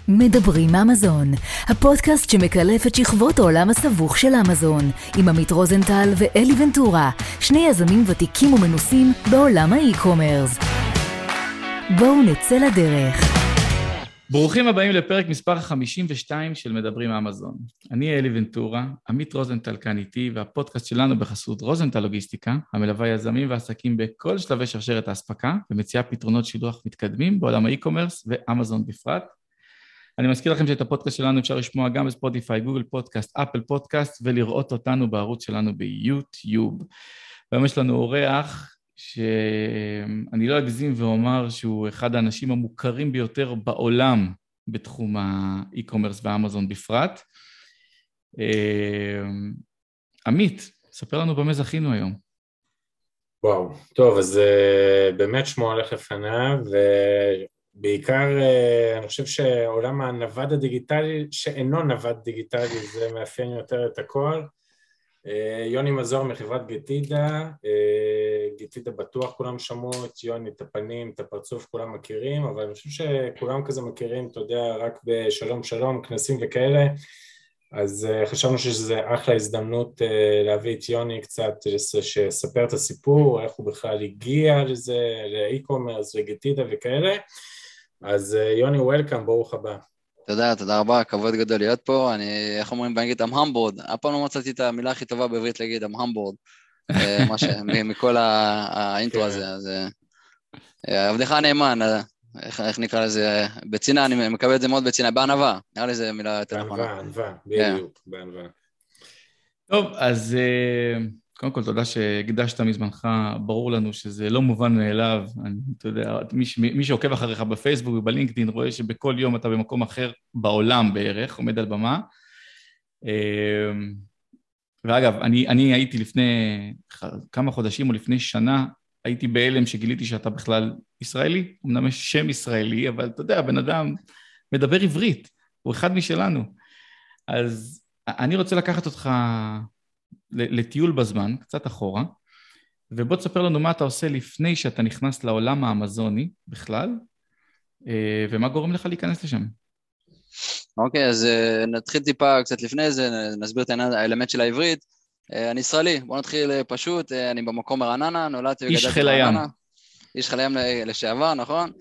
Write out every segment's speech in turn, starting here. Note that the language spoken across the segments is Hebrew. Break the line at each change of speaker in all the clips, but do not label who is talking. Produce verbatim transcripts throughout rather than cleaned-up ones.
מדברים אמזון, הפודקאסט שמקלף את שכבות העולם הסבוך של אמזון, עם עמית רוזנטל ואלי ונטורה, שני יזמים ותיקים ומנוסים בעולם האי-קומרס. בואו נצא לדרך.
ברוכים הבאים לפרק מספר חמישים ושתיים של מדברים אמזון. אני אלי ונטורה, עמית רוזנטל כאן איתי, והפודקאסט שלנו בחסות רוזנטל לוגיסטיקה, המלווה יזמים ועסקים בכל שלבי שרשרת האספקה, ומציעה פתרונות שילוח מתקדמים בעולם האי-קומרס ואמזון בפרט. אני מזכיר לכם שאת הפודקאסט שלנו אפשר לשמוע גם בספוטיפיי, גוגל פודקאסט, אפל פודקאסט, ולראות אותנו בערוץ שלנו ביוטיוב. והיום יש לנו אורח שאני לא אגזים ואומר שהוא אחד האנשים המוכרים ביותר בעולם בתחום האי-קומרס והאמזון בפרט. עמית, ספר לנו במה זכינו היום.
וואו, טוב, אז באמת שמו הולך לפניו, ובעיקר אני חושב שעולם הנווד הדיגיטלי, שאינו נווד דיגיטלי, זה מאפיין יותר את הכל. יוני מזור מחברת גטידה, גטידה בטוח כולם שמעו את יוני, את הפנים, את הפרצוף, כולם מכירים, אבל אני חושב שכולם כזה מכירים, אתה יודע, רק בשלום שלום, כנסים וכאלה, אז חשבנו שזה אחלה הזדמנות להביא את יוני קצת, שספר את הסיפור, איך הוא בכלל הגיע לזה, לאי-קומרס, לגטידה וכאלה, אז יוני, וולקאם, ברוך הבא.
תודה, תודה רבה, כבוד גדול להיות פה, אני, איך אומרים באנגלית, I'm humbled, אף פעם לא מצאתי את המילה הכי טובה בעברית להגיד, I'm humbled, מכל האינטרו הזה, אז עבדך הנאמן, איך נקרא לזה, בצינה, אני מקבל את זה מאוד בצינה, בענווה, נראה לי זה מילה יותר נכונה.
בענווה, ענווה, בדיוק, בענווה.
טוב, אז קודם כל תודה שהקדשת מזמנך, ברור לנו שזה לא מובן מאליו, אני, אתה יודע, מי, מי שעוקב אחריך בפייסבוק ובלינקדין רואה שבכל יום אתה במקום אחר בעולם בערך, עומד על במה. ואגב, אני, אני הייתי לפני כמה חודשים או לפני שנה, הייתי בהלם שגיליתי שאתה בכלל ישראלי, אמנם יש שם ישראלי, אבל אתה יודע, הבן אדם מדבר עברית, הוא אחד משלנו. אז אני רוצה לקחת אותך לטיול בזמן, קצת אחורה, ובוא תספר לנו מה אתה עושה לפני שאתה נכנס לעולם האמזוני בכלל, ומה גורם לך להיכנס לשם.
אוקיי, אז נתחיל טיפה קצת לפני זה, נסביר את האלמנט של העברית. אני ישראלי, בוא נתחיל פשוט, אני במקום רעננה, נולדתי וגדלתי
איש חיל הים.
איש חיל הים לשעבר, נכון?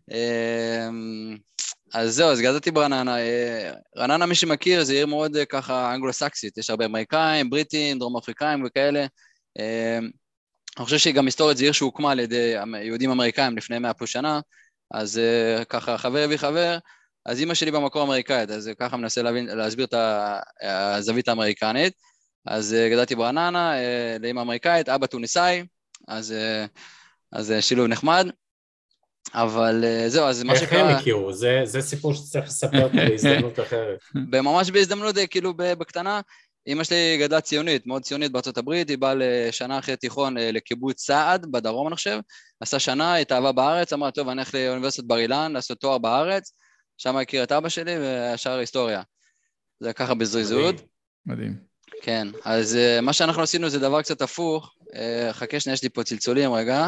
אז זהו, אז גדלתי ברעננה, רעננה מי שמכיר זה עיר מאוד ככה אנגלו-סקסית, יש הרבה אמריקאים, בריטים, דרום אפריקאים וכאלה, אני חושב שגם היסטורית זה עיר שהוקמה על ידי יהודים אמריקאים לפני מאה פלוס שנה, אז ככה חבר הביא חבר, אז אמא שלי במקור אמריקאית, אז ככה מנסה להבין, להסביר את הזווית האמריקנית, אז גדלתי ברעננה, לאמא אמריקאית, אבא טוניסאי, אז, אז שילוב נחמד, אבל זהו, אז מה שקרה...
איך הם הכירו? זה, זה סיפור שצריך לספר פה בהזדמנות אחרת.
ממש בהזדמנות, כאילו בקטנה, אמא שלי גדלה ציונית, מאוד ציונית בארצות הברית, היא באה לשנה אחרי תיכון לקיבוץ סעד, בדרום אני חושב, עשה שנה, התאהבה בארץ, אמרה, טוב, אני הולך לאוניברסיטת בר אילן, לעשות תואר בארץ, שם הכיר את אבא שלי והשאר היסטוריה. זה ככה בזריזות.
מדהים. מדהים.
כן, אז מה שאנחנו עשינו זה דבר קצת הפוך, חכה שנייה, יש לי פה צלצולים רגע.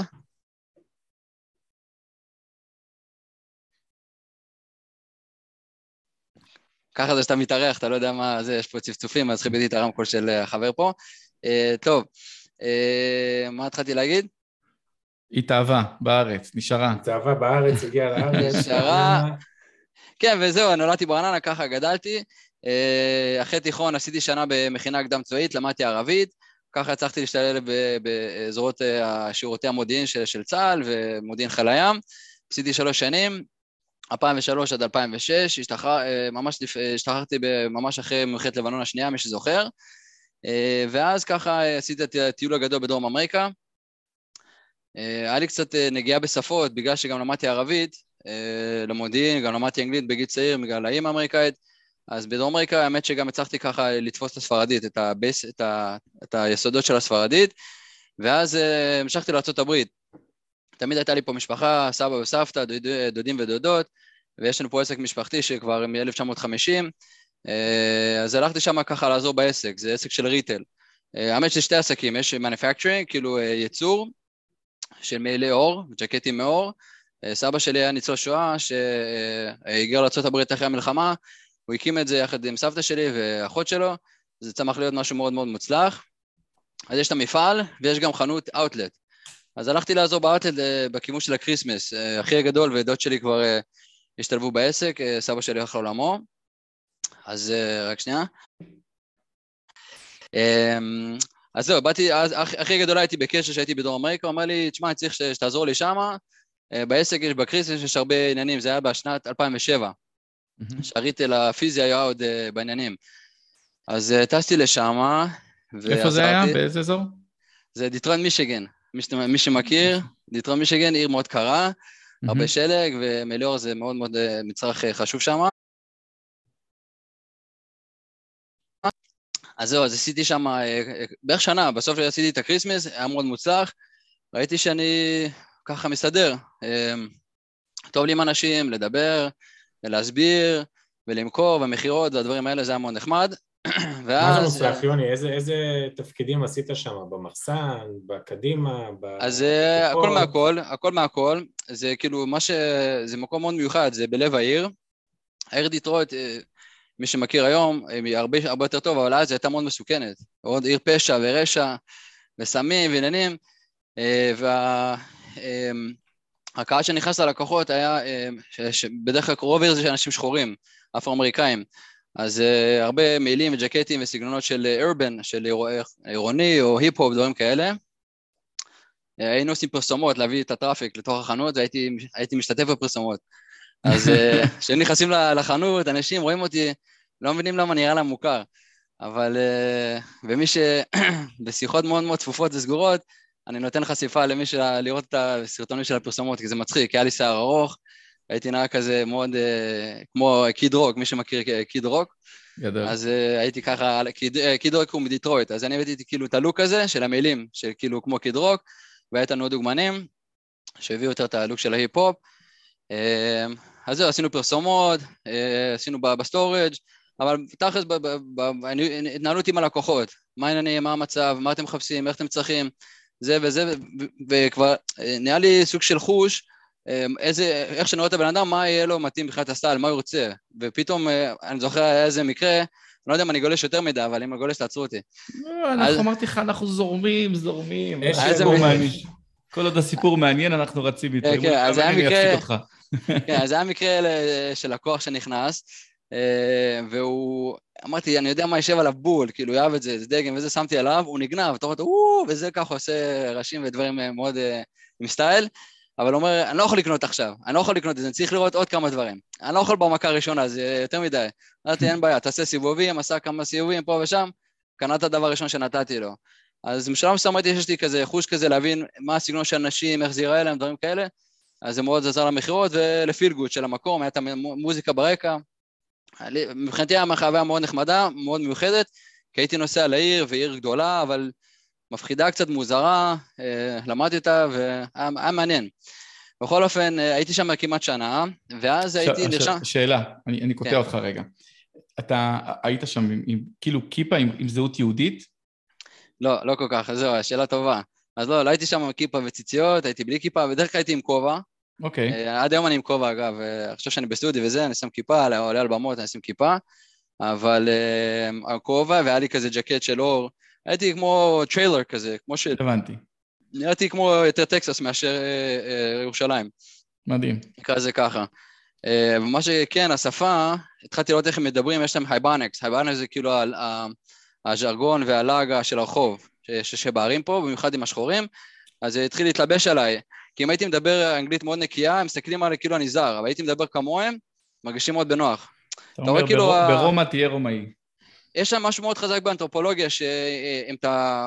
ככה זה שאתה מתארח, אתה לא יודע מה זה, יש פה צפצופים, אז חיביתי את הרמקול של החבר פה. טוב, מה התחלתי להגיד?
התאהבה בארץ, נשארה.
התאהבה בארץ, הגיעה לארץ.
נשארה, כן, וזהו, נולדתי ברעננה, ככה גדלתי. אחרי תיכון עשיתי שנה במכינה קדם צבאית, למדתי ערבית, ככה הצלחתי להשתלב באזורות השירותי המודיעין של, של צה"ל ומודיעין חיל הים. עשיתי שלוש שנים, אלפיים ושלוש עד אלפיים ושש, השתחרר, ממש, השתחררתי ממש אחרי מלחמת לבנון השנייה, מי שזוכר, ואז ככה עשיתי את הטיול הגדול בדרום אמריקה. היה לי קצת נגיעה בשפות, בגלל שגם למדתי ערבית, למודיעין, גם למדתי אנגלית בגיל צעיר, בגלל האמא האמריקאית, אז בדרום אמריקה האמת שגם הצלחתי ככה לתפוס את הספרדית, את, הבייס, את, ה, את היסודות של הספרדית, ואז המשכתי לארצות הברית. תמיד הייתה לי פה משפחה, סבא וסבתא, דוד, דודים ודודות, ויש לנו פה עסק משפחתי שכבר מ-אלף תשע מאות וחמישים, אז הלכתי שם ככה לעזור בעסק, זה עסק של ריטל. האמת שיש שתי עסקים, יש manufacturing, כאילו ייצור, של מעילי אור, ג'קטים מאור, סבא שלי היה ניצול שואה שהגיע לארצות הברית אחרי המלחמה, הוא הקים את זה יחד עם סבתא שלי ואחות שלו, זה צמח להיות משהו מאוד מאוד מוצלח. אז יש את המפעל ויש גם חנות אאוטלט. אז הלכתי לעזור באאוטלט בכיוון של הקריסמס, אחי הגדול ודוד שלי כבר השתלבו בעסק, סבא שלי הלך לעולמו, אז רק שנייה. אז זהו, באתי, אחי הגדול הייתי בקשר שהייתי בדרום אמריקה, הוא אמר לי, תשמע, אני צריך שתעזור לי שמה, בעסק יש בקריסמס יש הרבה עניינים, זה היה בשנת אלפיים ושבע, שהריטל הפיזי היה עוד בעניינים. אז טסתי לשם,
איפה זה היה? באיזה אזור?
זה דיטרויט מישיגן, מי שמכיר, דיטרויט מישיגן, עיר מאוד קרה, הרבה שלג, ומליאור זה מאוד מאוד מצרך חשוב שם. אז זהו, אז עשיתי שם בערך שנה, בסוף עשיתי את הקריסמס, היה מאוד מוצלח, ראיתי שאני ככה מסתדר, טוב לי עם אנשים, לדבר, להסביר, ולמכור, ומחירות, והדברים האלה, זה היה מאוד נחמד.
מה זה מוצלח, יוני? איזה, איזה תפקידים עשית שם? במחסן, בקדימה,
אז הכל מהכל, הכל מהכל, זה כאילו מה ש... זה מקום מאוד מיוחד, זה בלב העיר. העיר דיטרויט, מי שמכיר היום, היא הרבה, הרבה יותר טוב, אבל אז היא הייתה מאוד מסוכנת. עוד עיר פשע ורשע, וסמים ועניינים, והקהל שנכנס ללקוחות היה, בדרך כלל רוב העיר זה אנשים שחורים, אפרו-אמריקאים. אז uh, הרבה מילים וג'קטים וסגנונות של אורבן, של עירוני או היפ-הופ, דברים כאלה. Uh, היינו עושים פרסומות, להביא את הטראפיק לתוך החנות, והייתי משתתף בפרסומות. אז כשהם uh, נכנסים לחנות, אנשים רואים אותי, לא מבינים למה נראה להם מוכר. אבל uh, ומי שבשיחות מאוד מאוד צפופות וסגורות, אני נותן חשיפה למי של לראות את הסרטונים של הפרסומות, כי זה מצחיק, כי היה לי שיער ארוך, הייתי נראה כזה מאוד, uh, כמו קיד רוק, מי שמכיר קיד רוק.
גדול.
אז uh, הייתי ככה, קיד, uh, קיד רוק הוא מדיטרויט, אז אני הבאתי כאילו את הלוק הזה של המילים, של כאילו כמו קיד רוק, והייתנו עוד דוגמנים, שהביאו יותר את הלוק של ההיפ-הופ. Uh, אז זהו, עשינו פרסומות, uh, עשינו בסטורג', אבל תכלס, התנהלות עם הלקוחות, מה העניינים, מה המצב, מה אתם מחפשים, איך אתם צריכים, זה וזה, וכבר נהיה לי סוג של חוש, איזה, איך שנראה את הבן אדם, מה יהיה לו מתאים בכלל את הסטייל, מה הוא ירצה, ופתאום, אני זוכר, היה איזה מקרה, אני לא יודע אם אני גולש יותר מדי, אבל אם אני גולש, תעצרו אותי.
לא, אנחנו אמרתי לך, אנחנו זורמים, זורמים. כל עוד הסיפור מעניין, אנחנו רצים איתו.
כן, אז היה מקרה, כן, אז היה מקרה של לקוח שנכנס, והוא, אמרתי, אני יודע מה יישב עליו בול, כאילו, הוא אהב את זה, זה דגם, וזה שמתי עליו, הוא נגנב, אתה רואה אותו, וזה ככה עושה ראשים ודברים מאוד עם סטייל, אבל הוא אומר, אני לא יכול לקנות עכשיו, אני לא יכול לקנות את זה, אני צריך לראות עוד כמה דברים. אני לא יכול במכה הראשונה, זה יותר מדי. אמרתי, אין בעיה, תעשה סיבובים, עשה כמה סיבובים פה ושם, קנה את הדבר הראשון שנתתי לו. אז בשלב מסוים ראיתי שיש לי כזה חוש כזה להבין מה הסגנון של אנשים, איך זה ייראה להם, דברים כאלה, אז זה מאוד עזר למחירות ולפילגוד של המקום, הייתה מוזיקה ברקע. מבחינתי היה חוויה מאוד נחמדה, מאוד מיוחדת, כי הייתי נוסע לעיר, ועיר גדולה, אבל מפחידה קצת מוזרה, למדתי אותה, והיה מעניין. בכל אופן, הייתי שם כמעט שנה, ואז הייתי נרשם...
שאלה, אני קוטע אותך רגע. אתה היית שם עם כאילו כיפה, עם זהות יהודית?
לא, לא כל כך, זהו, שאלה טובה. אז לא, לא הייתי שם עם כיפה וציציות, הייתי בלי כיפה, בדרך כלל הייתי עם כובע.
אוקיי.
עד היום אני עם כובע, אגב, אני חושב שאני בסטודי וזה, אני שם כיפה, עולה על במות, אני שם כיפה, אבל הכובע, והיה לי כזה ג'קט של אור, הייתי כמו טריילר כזה, כמו ש...
הבנתי.
נראיתי כמו יותר טקסס מאשר ירושלים.
מדהים.
נקרא זה ככה. ומה שכן, השפה, התחלתי לראות איך הם מדברים, יש להם הייבנקס, הייבנקס זה כאילו הז'רגון והלאגה של הרחוב, שבערים פה, במיוחד עם השחורים, אז זה התחיל להתלבש עליי, כי אם הייתי מדבר אנגלית מאוד נקייה, הם מסתכלים עליי כאילו אני זר, אבל הייתי מדבר כמוהם, מרגישים מאוד בנוח.
אתה אומר, כאילו, ברומא תהיה רומאי.
יש שם משהו מאוד חזק באנתרופולוגיה, שאם אתה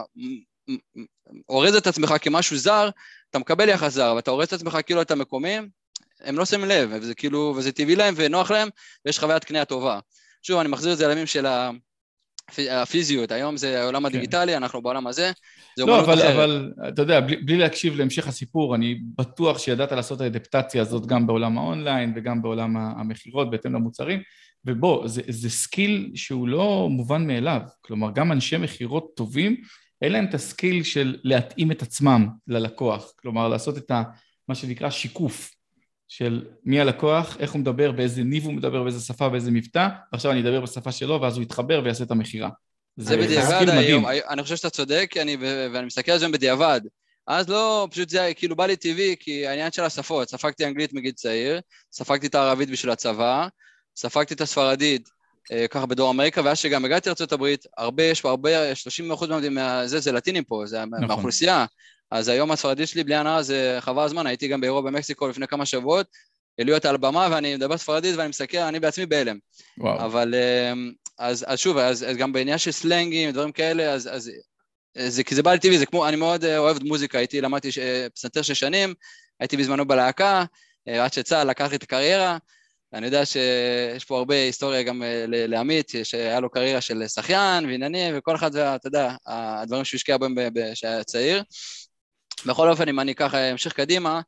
אורז את עצמך כמשהו זר, אתה מקבל יחס זר, ואתה אורז את עצמך כאילו אתה מקומיים, הם לא שמים לב, וזה כאילו, וזה טבעי להם ונוח להם, ויש חוויית קנייה טובה. שוב, אני מחזיר את זה לימים של הפיזיות, היום זה העולם הדיגיטלי, אנחנו בעולם הזה, זה
אומנות אחרת. לא, אבל אתה יודע, בלי להקשיב להמשך הסיפור, אני בטוח שידעת לעשות האדפטציה הזאת גם בעולם האונליין, וגם בעולם המחירות, בהתאם למוצרים, ובוא, זה, זה סקיל שהוא לא מובן מאליו, כלומר, גם אנשי מחירות טובים, אין להם את הסקיל של להתאים את עצמם ללקוח, כלומר, לעשות את ה, מה שנקרא שיקוף, של מי הלקוח, איך הוא מדבר, באיזה ניב הוא מדבר, באיזה שפה, באיזה מבטא, ועכשיו אני אדבר בשפה שלו, ואז הוא יתחבר ויעשה את המחירה.
זה בדיעבד היום, אני חושב שאתה צודק, ואני מסתכל על זה בדיעבד. אז לא, פשוט זה כאילו בא לי טבעי, כי העניין של השפות, ספגתי אנגלית מגיל צעיר, ספגתי את הערבית בשביל הצבא, ספגתי את הספרדית, ככה בדרום אמריקה, ואז שגם הגעתי לארצות הברית, הרבה, יש פה הרבה, שלושים אחוז מהזה, זה לטינים פה, זה מהאוכלוסייה. אז היום הספרדית שלי בלי הנאה זה חבל הזמן, הייתי גם באירופה במקסיקו לפני כמה שבועות, העלו אותה על במה ואני מדבר ספרדית ואני מסתכל, אני בעצמי בהלם. אבל, אז, אז שוב, אז, אז גם בעניין של סלנגים, דברים כאלה, אז, אז זה, כי זה בא לי טבעי, זה כמו, אני מאוד אוהב מוזיקה, הייתי, למדתי פסנתר שש שנים, הייתי בזמנו בלהקה, עד שצהל לקח לי את הקריירה, אני יודע שיש פה הרבה היסטוריה גם לעמית, שהיה לו קריירה של שחיין ועניינים, וכל אחד, אתה יודע, הדברים שהוא השקיע בהם כשהיה צעיר. בכל אופן, אם אני ככה אמשיך קדימה,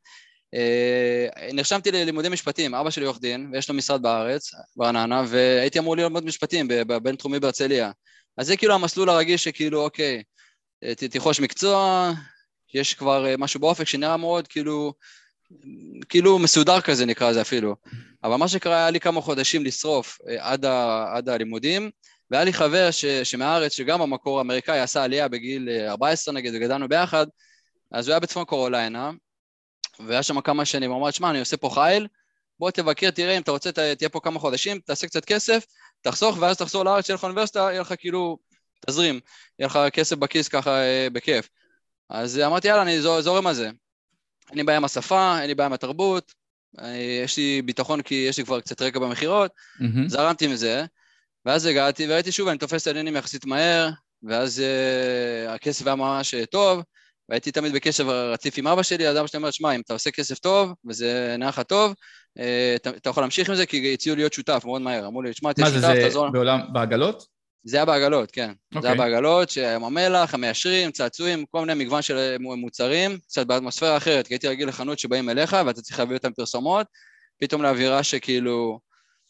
נרשמתי ללימודי משפטים, אבא שלי עורך דין, ויש לו משרד בארץ, ברעננה, והייתי אמור ללמוד משפטים בבין תחומי בהרצליה. אז זה כאילו המסלול הרגיל שכאילו, אוקיי, תיחוש מקצוע, יש כבר משהו באופק שנראה מאוד, כאילו, כאילו מסודר כזה נקרא זה אפילו. אבל מה שקרה, היה לי כמה חודשים לשרוף עד, ה, עד הלימודים, והיה לי חבר ש, שמארץ, שגם המקור האמריקאי עשה עלייה בגיל ארבע עשרה נגיד, וגדלנו ביחד, אז הוא היה בצפון קרוליינה, והיה שם כמה שנים, הוא אמר, שמע, אני עושה פה חייל, בוא תבקר, תראה, אם אתה רוצה, תהיה פה כמה חודשים, תעשה קצת כסף, תחסוך, ואז תחזור לארץ, שיהיה לך אוניברסיטה, יהיה לך כאילו, תזרים, יהיה לך כסף בכיס ככה בכיף. אז אמרתי, יאללה, אני זורם על זה. אין לי בעיה עם השפה, אין לי בעיה עם התרבות, יש לי ביטחון כי יש לי כבר קצת רקע במחירות, mm-hmm. זרמתי מזה, ואז הגעתי, וראיתי שוב, אני תופס את העניינים יחסית מהר, ואז uh, הכסף היה ממש טוב, והייתי תמיד בקשב רציף עם אבא שלי, אז אבא שלי אומר, שמע, אם אתה עושה כסף טוב, וזה נראה לך טוב, uh, אתה, אתה יכול להמשיך עם זה, כי הציעו להיות שותף מאוד מהר, אמרו לי, שמע, תהיה שותף, תעזור. מה זה,
זה בעולם, בעגלות?
זה היה בעגלות, כן. Okay. זה היה בעגלות, שהם המלח, המיישרים, צעצועים, כל מיני מגוון של מוצרים, קצת באטמוספירה אחרת, כי הייתי רגיל לחנות שבאים אליך, ואתה צריך להביא אותם פרסומות, פתאום לאווירה שכאילו,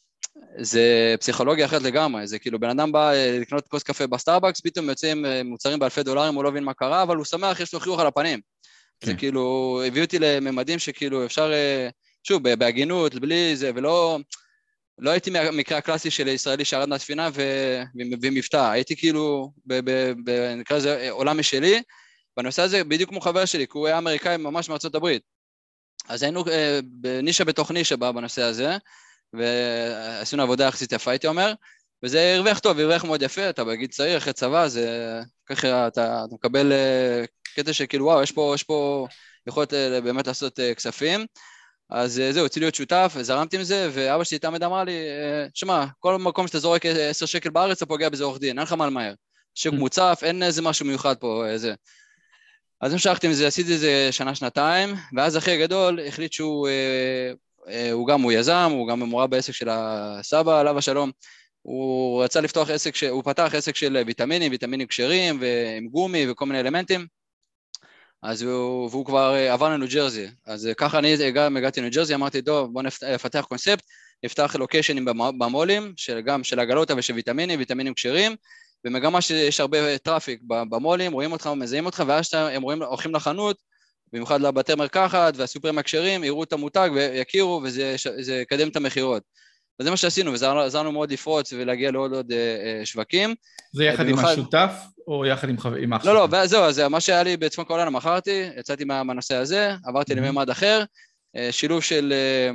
זה פסיכולוגיה אחרת לגמרי, זה כאילו בן אדם בא לקנות כוס קפה בסטארבקס, פתאום יוצאים מוצרים באלפי דולרים, הוא לא מבין מה קרה, אבל הוא שמח, יש לו חיוך על הפנים. Okay. זה כאילו, הביא אותי לממדים שכאילו אפשר, שוב, בהגינות, בלי זה, ולא... לא הייתי מהמקרה הקלאסי של ישראלי שירד מהספינה ומבטא, הייתי כאילו, נקרא לזה עולם משלי, בנושא הזה בדיוק כמו חבר שלי, כי הוא היה אמריקאי ממש מארצות הברית. אז היינו בנישה בתוך נישה בנושא הזה, ועשינו עבודה יחסית יפה, הייתי אומר, וזה הרוויח טוב, הרוויח מאוד יפה, אתה בגיל צעיר, אחרי צבא, זה ככה אתה מקבל קטע שכאילו וואו, יש פה, יש פה יכולת באמת לעשות כספים, אז זהו, הציל להיות שותף, זרמתי עם זה, ואבא שלי תמיד אמר לי, שמה, כל מקום שאתה זורק עשר שקל בארץ, אתה פוגע בזה עורך דין, אין לך מה למהר. שוק מוצף, אין איזה משהו מיוחד פה, איזה. אז המשכתי עם זה, עשיתי איזה שנה, שנתיים, ואז אחי הגדול החליט שהוא, הוא גם, הוא יזם, הוא גם ממורה בעסק של הסבא, עליו השלום, הוא רצה לפתוח עסק, הוא פתח עסק של ויטמינים, ויטמינים קשרים, ועם גומי וכל מיני אלמנטים, אז הוא, והוא כבר עבר לניו ג'רזי, אז ככה אני גם הגעתי לניו ג'רזי, אמרתי, טוב, בוא נפתח קונספט, נפתח לוקיישנים במולים, של, גם של הגלוטה ושל ויטמינים, ויטמינים קשרים, במגמה שיש הרבה טראפיק במולים, רואים אותך, מזהים אותך, ואז הם רואים, הולכים לחנות, במיוחד לבתי מרקחת, והסופרים הקשרים, יראו את המותג ויכירו, וזה יקדם את המחירות. וזה מה שעשינו, ועזרנו מאוד לפרוץ ולהגיע לעוד עוד שווקים.
זה יחד עם השותף, או יחד עם אח שלך?
לא, לא, זהו, זה מה שהיה לי בצפון קרוליינה, מכרתי, יצאתי מהנושא הזה, עברתי לממד אחר, שילוב של,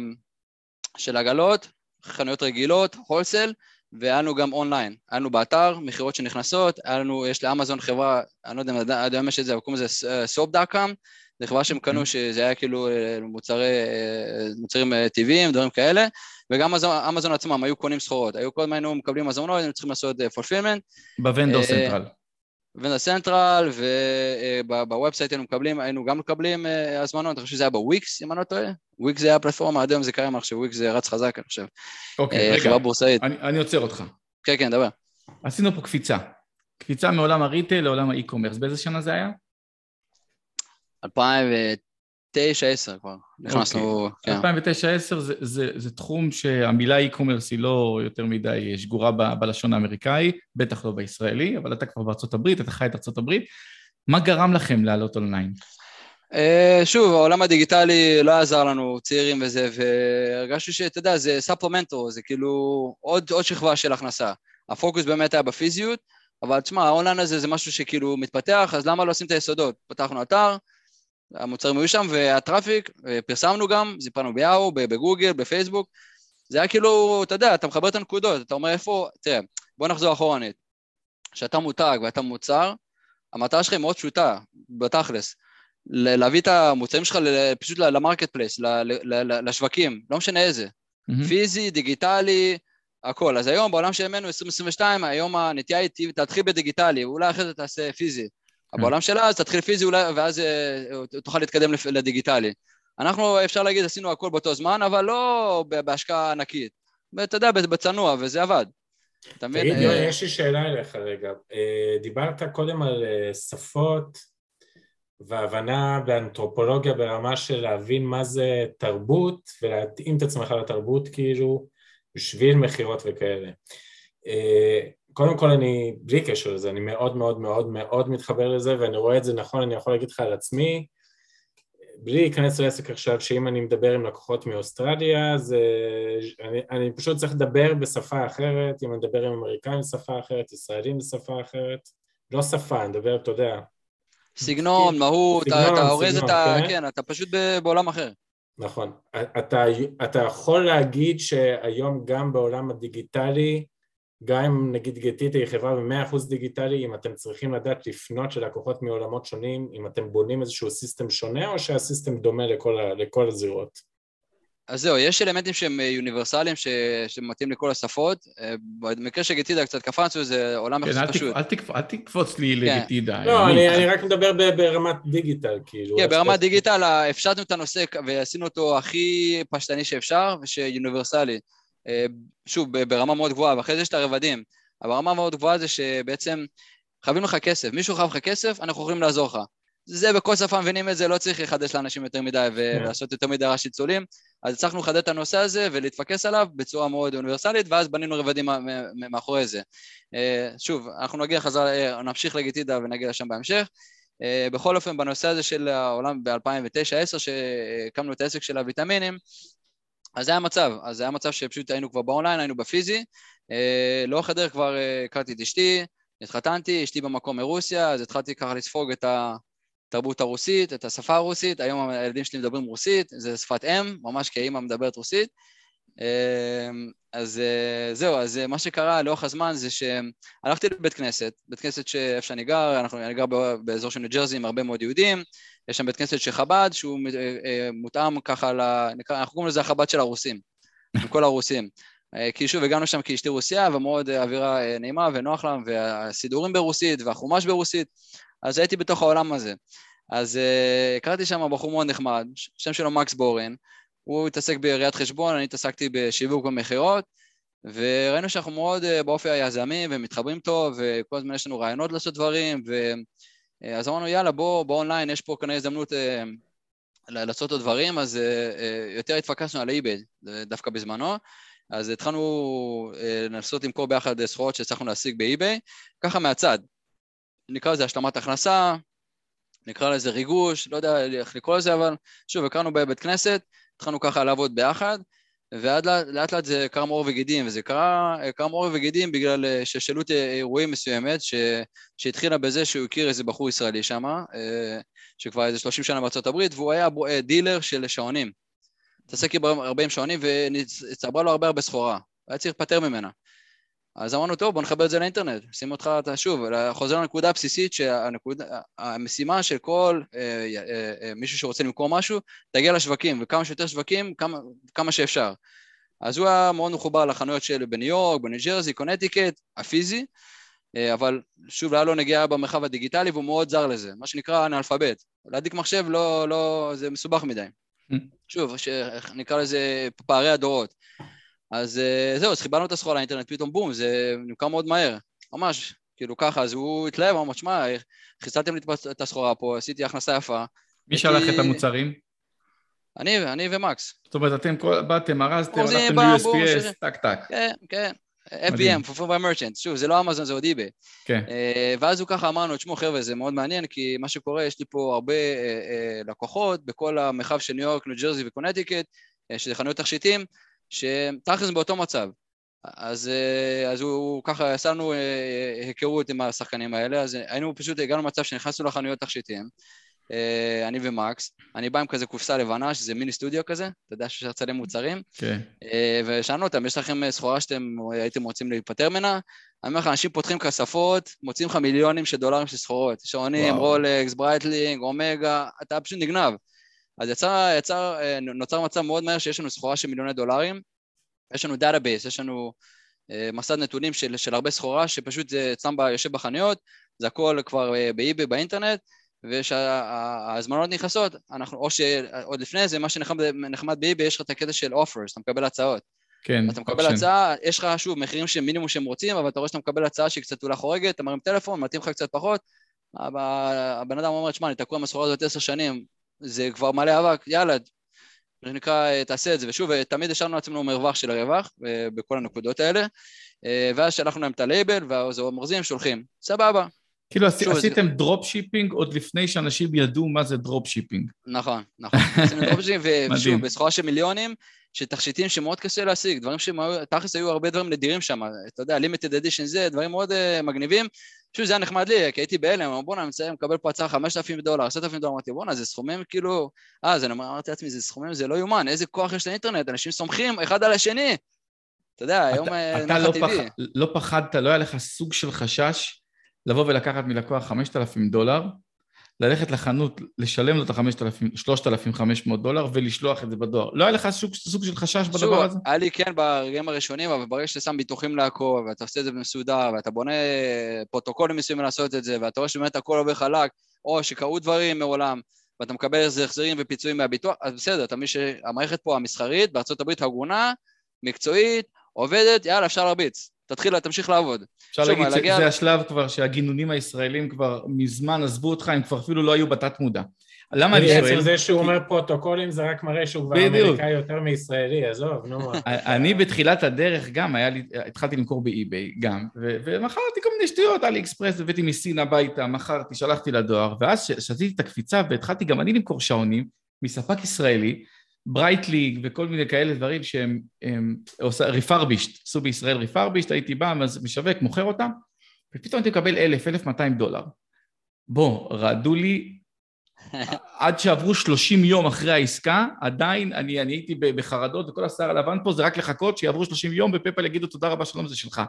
של עגלות, חנויות רגילות, הולסל, והיה לנו גם אונליין, היה לנו באתר, מחירות שנכנסות, היה לנו, יש לאמזון חברה, אני לא יודע אם יודע מה שזה, אבל קוראים לזה סופ דוט קום, זה חברה שהם קנו שזה היה כאילו מוצרי, מוצרים טבעיים, דברים כאלה, וגם אמזון עצמם היו קונים סחורות, היו כל מיני מקבלים מזונות, הם צריכים לעשות fulfillment.
בוונדור סנטרל.
בוונדור סנטרל, ובוובסייט היינו מקבלים, היינו גם מקבלים הזמנות, אני חושב שזה היה בוויקס, אם אני לא טועה, וויקס זה היה פלטפורמה, עד היום זה קיים, אני חושב וויקס זה רץ חזק, אני חושב.
אוקיי, רגע, אני עוצר אותך.
כן, כן, דבר.
עשינו פה קפיצה, קפיצה מעולם הריטייל לעולם האי-קומרס, באיזה שנה זה היה?
אלפיים ותשע עשר כבר, נכנסנו...
אלפיים ותשע עשר זה תחום שהמילה אי-קומרס היא לא יותר מדי שגורה בלשון האמריקאי, בטח לא בישראלי, אבל אתה כבר בארצות הברית, אתה חי את ארצות הברית, מה גרם לכם לעלות אונליין?
שוב, העולם הדיגיטלי לא עזר לנו, צעירים וזה, והרגשתי שאתה יודע, זה ספלמנטו, זה כאילו עוד, עוד שכבה של הכנסה. הפוקוס באמת היה בפיזיות, אבל תשמע, האונליין הזה זה משהו שכאילו מתפתח, אז למה לא עושים את היסודות? פתחנו אתר, המוצרים היו שם, והטראפיק, פרסמנו גם, זיפרנו ביהו, בגוגל, בפייסבוק, זה היה כאילו, אתה יודע, אתה מחבר את הנקודות, אתה אומר איפה, תראה, בוא נחזור אחורנית, שאתה מותג ואתה מוצר, המטרה שלך היא מאוד פשוטה, בתכלס, להביא את המוצרים שלך פשוט למרקט פלייס, לשווקים, לא משנה איזה, פיזי, דיגיטלי, הכל. אז היום בעולם שלנו עשרים עשרים ושתיים, היום הנטייה היא תתחיל בדיגיטלי, אולי אחרי זה תעשה פיזי. בעולם שלה אז תתחיל פיזי אולי, ואז תוכל להתקדם לדיגיטלי. אנחנו אפשר להגיד עשינו הכל באותו זמן, אבל לא בהשקעה ענקית. אתה יודע, בצנוע, וזה עבד.
תגיד, יוני, יש לי שאלה אליך רגע. דיברת קודם על שפות, והבנה באנתרופולוגיה ברמה של להבין מה זה תרבות, ולהתאים את עצמך לתרבות כאילו, בשביל מחירות וכאלה. קודם כל אני, בלי קשר לזה, אני מאוד מאוד מאוד מאוד מתחבר לזה, ואני רואה את זה נכון, אני יכול להגיד לך על עצמי, בלי להיכנס לעסק עכשיו, שאם אני מדבר עם לקוחות מאוסטרליה, אז אני, אני פשוט צריך לדבר בשפה אחרת, אם אני מדבר עם אמריקאים בשפה אחרת, ישראלים בשפה אחרת, לא שפה, אני מדבר, אתה יודע,
סגנון, מהות, אתה אורז את ה... כן, אתה פשוט בעולם אחר.
נכון. אתה, אתה יכול להגיד שהיום גם בעולם הדיגיטלי, גם אם נגיד גטיטה היא חברה ב-מאה אחוז דיגיטלי, אם אתם צריכים לדעת לפנות של לקוחות מעולמות שונים, אם אתם בונים איזשהו סיסטם שונה, או שהסיסטם דומה לכל, לכל הזירות?
אז זהו, יש אלמנטים שהם יוניברסליים, שמתאים לכל השפות. במקרה של גטיטה קצת קפצנו, זה עולם יחסית פשוט.
אל תקפוץ לי לגטיטה.
לא, אני רק מדבר ברמת דיגיטל, כאילו.
כן, ברמת דיגיטל, הפשטנו את הנושא, ועשינו אותו הכי פשטני שאפשר, ושיוניברסלי. שוב, ברמה מאוד גבוהה, ואחרי זה יש את הרבדים. ברמה מאוד גבוהה זה שבעצם חייבים לך כסף. מישהו חייב לך כסף, אנחנו יכולים לעזור לך. זה בכל שפה מבינים את זה, לא צריך לחדש לאנשים יותר מדי ולעשות יותר מדי רעשי צולים, אז הצלחנו לחדד את הנושא הזה ולהתפקס עליו בצורה מאוד אוניברסלית, ואז בנינו רבדים מאחורי זה. שוב, אנחנו נגיע חזרה, נמשיך לגיטידה ונגיע לשם בהמשך. בכל אופן, בנושא הזה של העולם ב-אלפיים ותשע עשר, שהקמנו את העסק של הוויטמינים, אז זה היה מצב, אז זה היה מצב שפשוט היינו כבר באונליין, היינו בפיזי, לאורך הדרך כבר הכרתי את אשתי, התחתנתי, אשתי במקום מרוסיה, אז התחלתי ככה לספוג את ה... תרבות הרוסית, את השפה הרוסית, היום הילדים שלי מדברים רוסית, זה שפת אם, ממש כאמא מדברת רוסית, אז זהו, אז מה שקרה לאורך הזמן זה שהלכתי לבית כנסת, בית כנסת שאיפה שאני גר, אנחנו, אני גר באזור של ניו ג'רזי עם הרבה מאוד יהודים, יש שם בית כנסת של חב"ד, שהוא מותאם ככה, אנחנו קוראים לזה החב"ד של הרוסים, עם כל הרוסים, כי שוב הגענו שם כאשתי רוסיה, ומאוד אווירה נעימה ונוח להם, והסידורים ברוסית והחומש ברוסית, אז הייתי בתוך העולם הזה. אז uh, הכרתי שם בחור מאוד נחמד, שם שלו מקס בורן, הוא התעסק בראיית חשבון, אני התעסקתי בשיווק במחירות, וראינו שאנחנו מאוד uh, באופי היזמים ומתחברים טוב, וכל הזמן יש לנו רעיונות לעשות דברים, ואז uh, אמרנו יאללה בוא, באונליין יש פה כנראה הזדמנות uh, לעשות עוד דברים, אז uh, uh, יותר התפקסנו על אי-ביי, דווקא בזמנו, אז התחלנו uh, לנסות למכור ביחד סחורות שהצלחנו להשיג באי-ביי, ככה מהצד. נקרא לזה השלמת הכנסה, נקרא לזה ריגוש, לא יודע איך לקרוא לזה, אבל שוב, הכרנו בבית כנסת, התחלנו ככה לעבוד ביחד, ועד לאט לאט זה קרם עור וגידים, וזה קרה, קרם עור וגידים בגלל ששאלות אירועים מסוימת, ש, שהתחילה בזה שהוא הכיר איזה בחור ישראלי שם, שכבר איזה שלושים שנה בארצות הברית, והוא היה דילר של שעונים. התעסק הרבה עם שעונים, והצטברה לו הרבה הרבה סחורה, היה צריך לפטר ממנה. אז אמרנו, טוב, בוא נחבר את זה לאינטרנט, שים אותך, אתה שוב, חוזר לנקודה הבסיסית, שהמשימה של כל אה, אה, אה, מישהו שרוצה למכור משהו, תגיע לשווקים, וכמה שיותר שווקים, כמה, כמה שאפשר. אז הוא היה מאוד מחובר לחנויות של בניו יורק, בניו ג'רזי, קונטיקט, הפיזי, אה, אבל שוב, היה לו נגיעה במרחב הדיגיטלי, והוא מאוד זר לזה, מה שנקרא אנאלפבית. להדליק מחשב, לא, לא, זה מסובך מדי. שוב, נקרא לזה פערי הדורות. אז זהו, אז חיברנו את הסחורה לאינטרנט, פתאום בום, זה נמכר מאוד מהר, ממש, כאילו ככה, אז הוא התלהב, אמר, שמע, חיסלתם לי את הסחורה פה, עשיתי הכנסה יפה.
מי שלח את המוצרים?
אני, אני ומקס.
זאת אומרת, אתם באתם, ארזתם, הלכתם ל-יו אס פי אס, טק טק.
כן, כן. אף בי אם, Fulfilled by Merchant, שוב, זה לא אמזון, זה עוד eBay.
כן.
ואז הוא ככה אמרנו, תשמעו חבר'ה, זה מאוד מעניין, כי מה שקורה, יש לי פה הרבה לקוחות, בכל המרחב של ניו יורק, ניו ג'רזי וקונטיקט, שזה חנויות תכשיטים, שתכלס באותו מצב. אז, אז הוא ככה, עשה לנו היכרות עם השחקנים האלה, אז היינו פשוט, הגענו למצב שנכנסנו לחנויות תכשיטים, אני ומקס, אני בא עם כזה קופסה לבנה, שזה מיני סטודיו כזה, אתה יודע שאפשר לצלם מוצרים, ושאלנו אותם, יש לכם סחורה שאתם הייתם רוצים להיפטר ממנה? אני אומר לך, אנשים פותחים כספות, מוצאים לך מיליונים של דולרים של סחורות, שעונים, רולקס, ברייטלינג, אומגה, אתה פשוט נגנב. אז יצר, יצר, נוצר מצב מאוד מהר שיש לנו סחורה של מיליוני דולרים, יש לנו דאטאבייס, יש לנו מסד נתונים של, של הרבה סחורה, שפשוט זה אצלם יושב בחנויות, זה הכל כבר באיבי, באינטרנט, ושההזמנות נכנסות, אנחנו, או שעוד לפני זה, מה שנחמד באיבי, יש לך את הקטע של offers, אתה מקבל הצעות.
כן,
אתה מקבל הצעה, יש לך שוב מחירים של מינימום שהם רוצים, אבל אתה רואה שאתה מקבל הצעה שהיא קצת אולי חורגת, אתה מרים טלפון, מתאים לך קצת פחות, הבן אדם אומר, תשמע, אני תקוע מהסחורה הזאת עשר שנים, זה כבר מלא אבק, יאללה, זה נקרא, תעשה את זה, ושוב, תמיד השארנו לעצמנו מרווח של הרווח, בכל הנקודות האלה, ואז שלחנו להם את הלייבל, ואז המרזים שולחים, סבבה.
כאילו עשיתם דרופ שיפינג עוד לפני שאנשים ידעו מה זה דרופ שיפינג.
נכון, נכון. עשינו דרופ שיפינג, ושוב, בסחורה של מיליונים, שתכשיטים שמאוד קשה להשיג, דברים שתכלס היו הרבה דברים נדירים שם, אתה יודע, לימיטד אדישן זה, דברים מאוד מגניבים, שוב, זה היה נחמד לי, כי הייתי בהלם, בוא'נה, אני מקבל פה הצעה חמשת אלפים דולר, עשרת אלפים דולר, אמרתי, בוא'נה, זה סכומים כאילו, אה, אז אני אמרתי לעצמי, זה סכומים, זה לא יומן, איזה כוח יש לאינטרנט, אנשים סומכים אחד על השני, אתה יודע, היום נחת טבעי.
לא פחדת, לא היה לך סוג של חשש לבוא ולקחת מלקוח חמשת אלפים דולר, ללכת לחנות, לשלם לו את ה-שלושת אלפים וחמש מאות דולר ולשלוח את זה בדואר. לא היה לך סוג, סוג של חשש בדבר הזה?
היה לי כן ברגעים הראשונים, אבל ברגע שאתה שם ביטוחים לעקוב, ואתה עושה את זה במסודר, ואתה בונה פרוטוקולים מסוימים לעשות את זה, ואתה רואה שבאמת הכל עובר חלק, או שקרו דברים מעולם, ואתה מקבל איזה החזרים ופיצויים מהביטוח, אז בסדר, אתה מבין שהמערכת פה המסחרית, בארצות הברית הגונה, מקצועית, עובדת, יאללה, אפשר להרביץ. תתחיל, תמשיך לעבוד.
אפשר להגיד שזה השלב כבר שהגינונים הישראלים כבר מזמן עזבו אותך, הם כבר אפילו לא היו בתת מודע. למה אני שואל?
זה שהוא אומר פרוטוקולים זה רק מראה שהוא כבר אמריקאי יותר מישראלי, עזוב, נו.
אני בתחילת הדרך גם, התחלתי למכור באי-ביי גם, ומכרתי כל מיני שטויות, אלי אקספרס, הבאתי מסין הביתה, מכרתי, שלחתי לדואר, ואז שעשיתי את הקפיצה והתחלתי גם אני למכור שעונים מספק ישראלי, ברייטליג וכל מיני כאלה דברים שהם ריפרבישט, עשו בישראל ריפרבישט, הייתי בא, משווק, מוכר אותם, ופתאום הייתי מקבל אלף, אלף מאתיים דולר. בוא, רעדו לי, עד שעברו שלושים יום אחרי העסקה, עדיין אני, אני הייתי בחרדות, וכל השיער הלבן פה זה רק לחכות, שיעברו שלושים יום, ופייפל יגידו תודה רבה, שלום, זה שלך.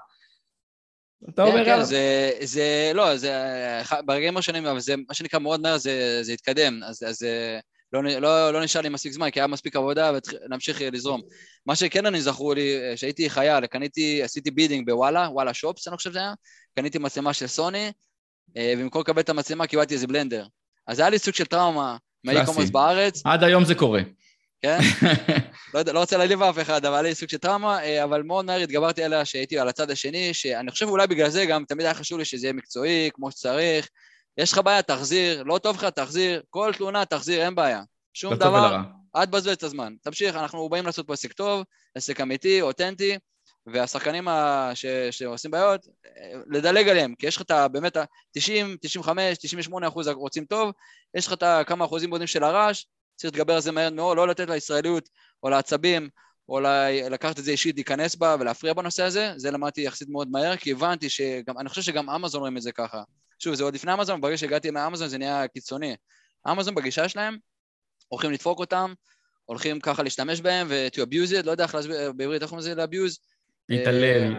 אתה אומר
עליו? זה, זה, לא, זה, ברגעים הראשונים, אבל זה, מה שנקרא מאוד מהר, זה, זה התקדם, אז, אז לא, לא, לא נשאר לי מספיק זמן, כי היה מספיק עבודה, ונמשיך לזרום. מה שכן אני זכרו לי, שהייתי חייל, קניתי, עשיתי בידינג בוואלה, וואלה שופס, אני חושב שזה היה, קניתי מצלמה של סוני, ובמקום לקבל את המצלמה, קיבלתי איזה בלנדר. אז היה לי סוג של טראומה מהאי-קומרס בארץ.
עד היום זה קורה.
כן? לא, לא רוצה להעליב אף אחד, אבל היה לי סוג של טראומה, אבל מאוד מהר התגברתי עליה שהייתי על הצד השני, שאני חושב אולי בגלל זה גם תמיד היה חשוב לי שזה יהיה מקצועי, כמו שצריך. יש לך בעיה, תחזיר, לא טוב לך, תחזיר, כל תלונה, תחזיר, אין בעיה. שום דבר, עד בזבז את הזמן. תמשיך, אנחנו באים לעשות פה עסק טוב, עסק אמיתי, אותנטי, והשחקנים ש... שעושים בעיות, לדלג עליהם, כי יש לך את באמת ה-תשעים, תשעים וחמש, תשעים ושמונה אחוז רוצים טוב, יש לך את כמה אחוזים בודדים של הרעש, צריך להתגבר על זה מהר מאוד, לא לתת לישראליות או לעצבים, או לקחת את זה אישית, להיכנס בה ולהפריע בנושא הזה, זה למדתי יחסית מאוד מהר, כי הבנתי שגם, אני חושב שגם אמזון רואים את זה ככה. שוב, זה עוד לפני אמזון, ברגע שהגעתי מאמזון זה נהיה קיצוני. אמזון בגישה שלהם, הולכים לדפוק אותם, הולכים ככה להשתמש בהם, ו-to abuse it, לא יודע איך להסביר, בעברית, איך אומרים זה ל-abuse?
להתעלל,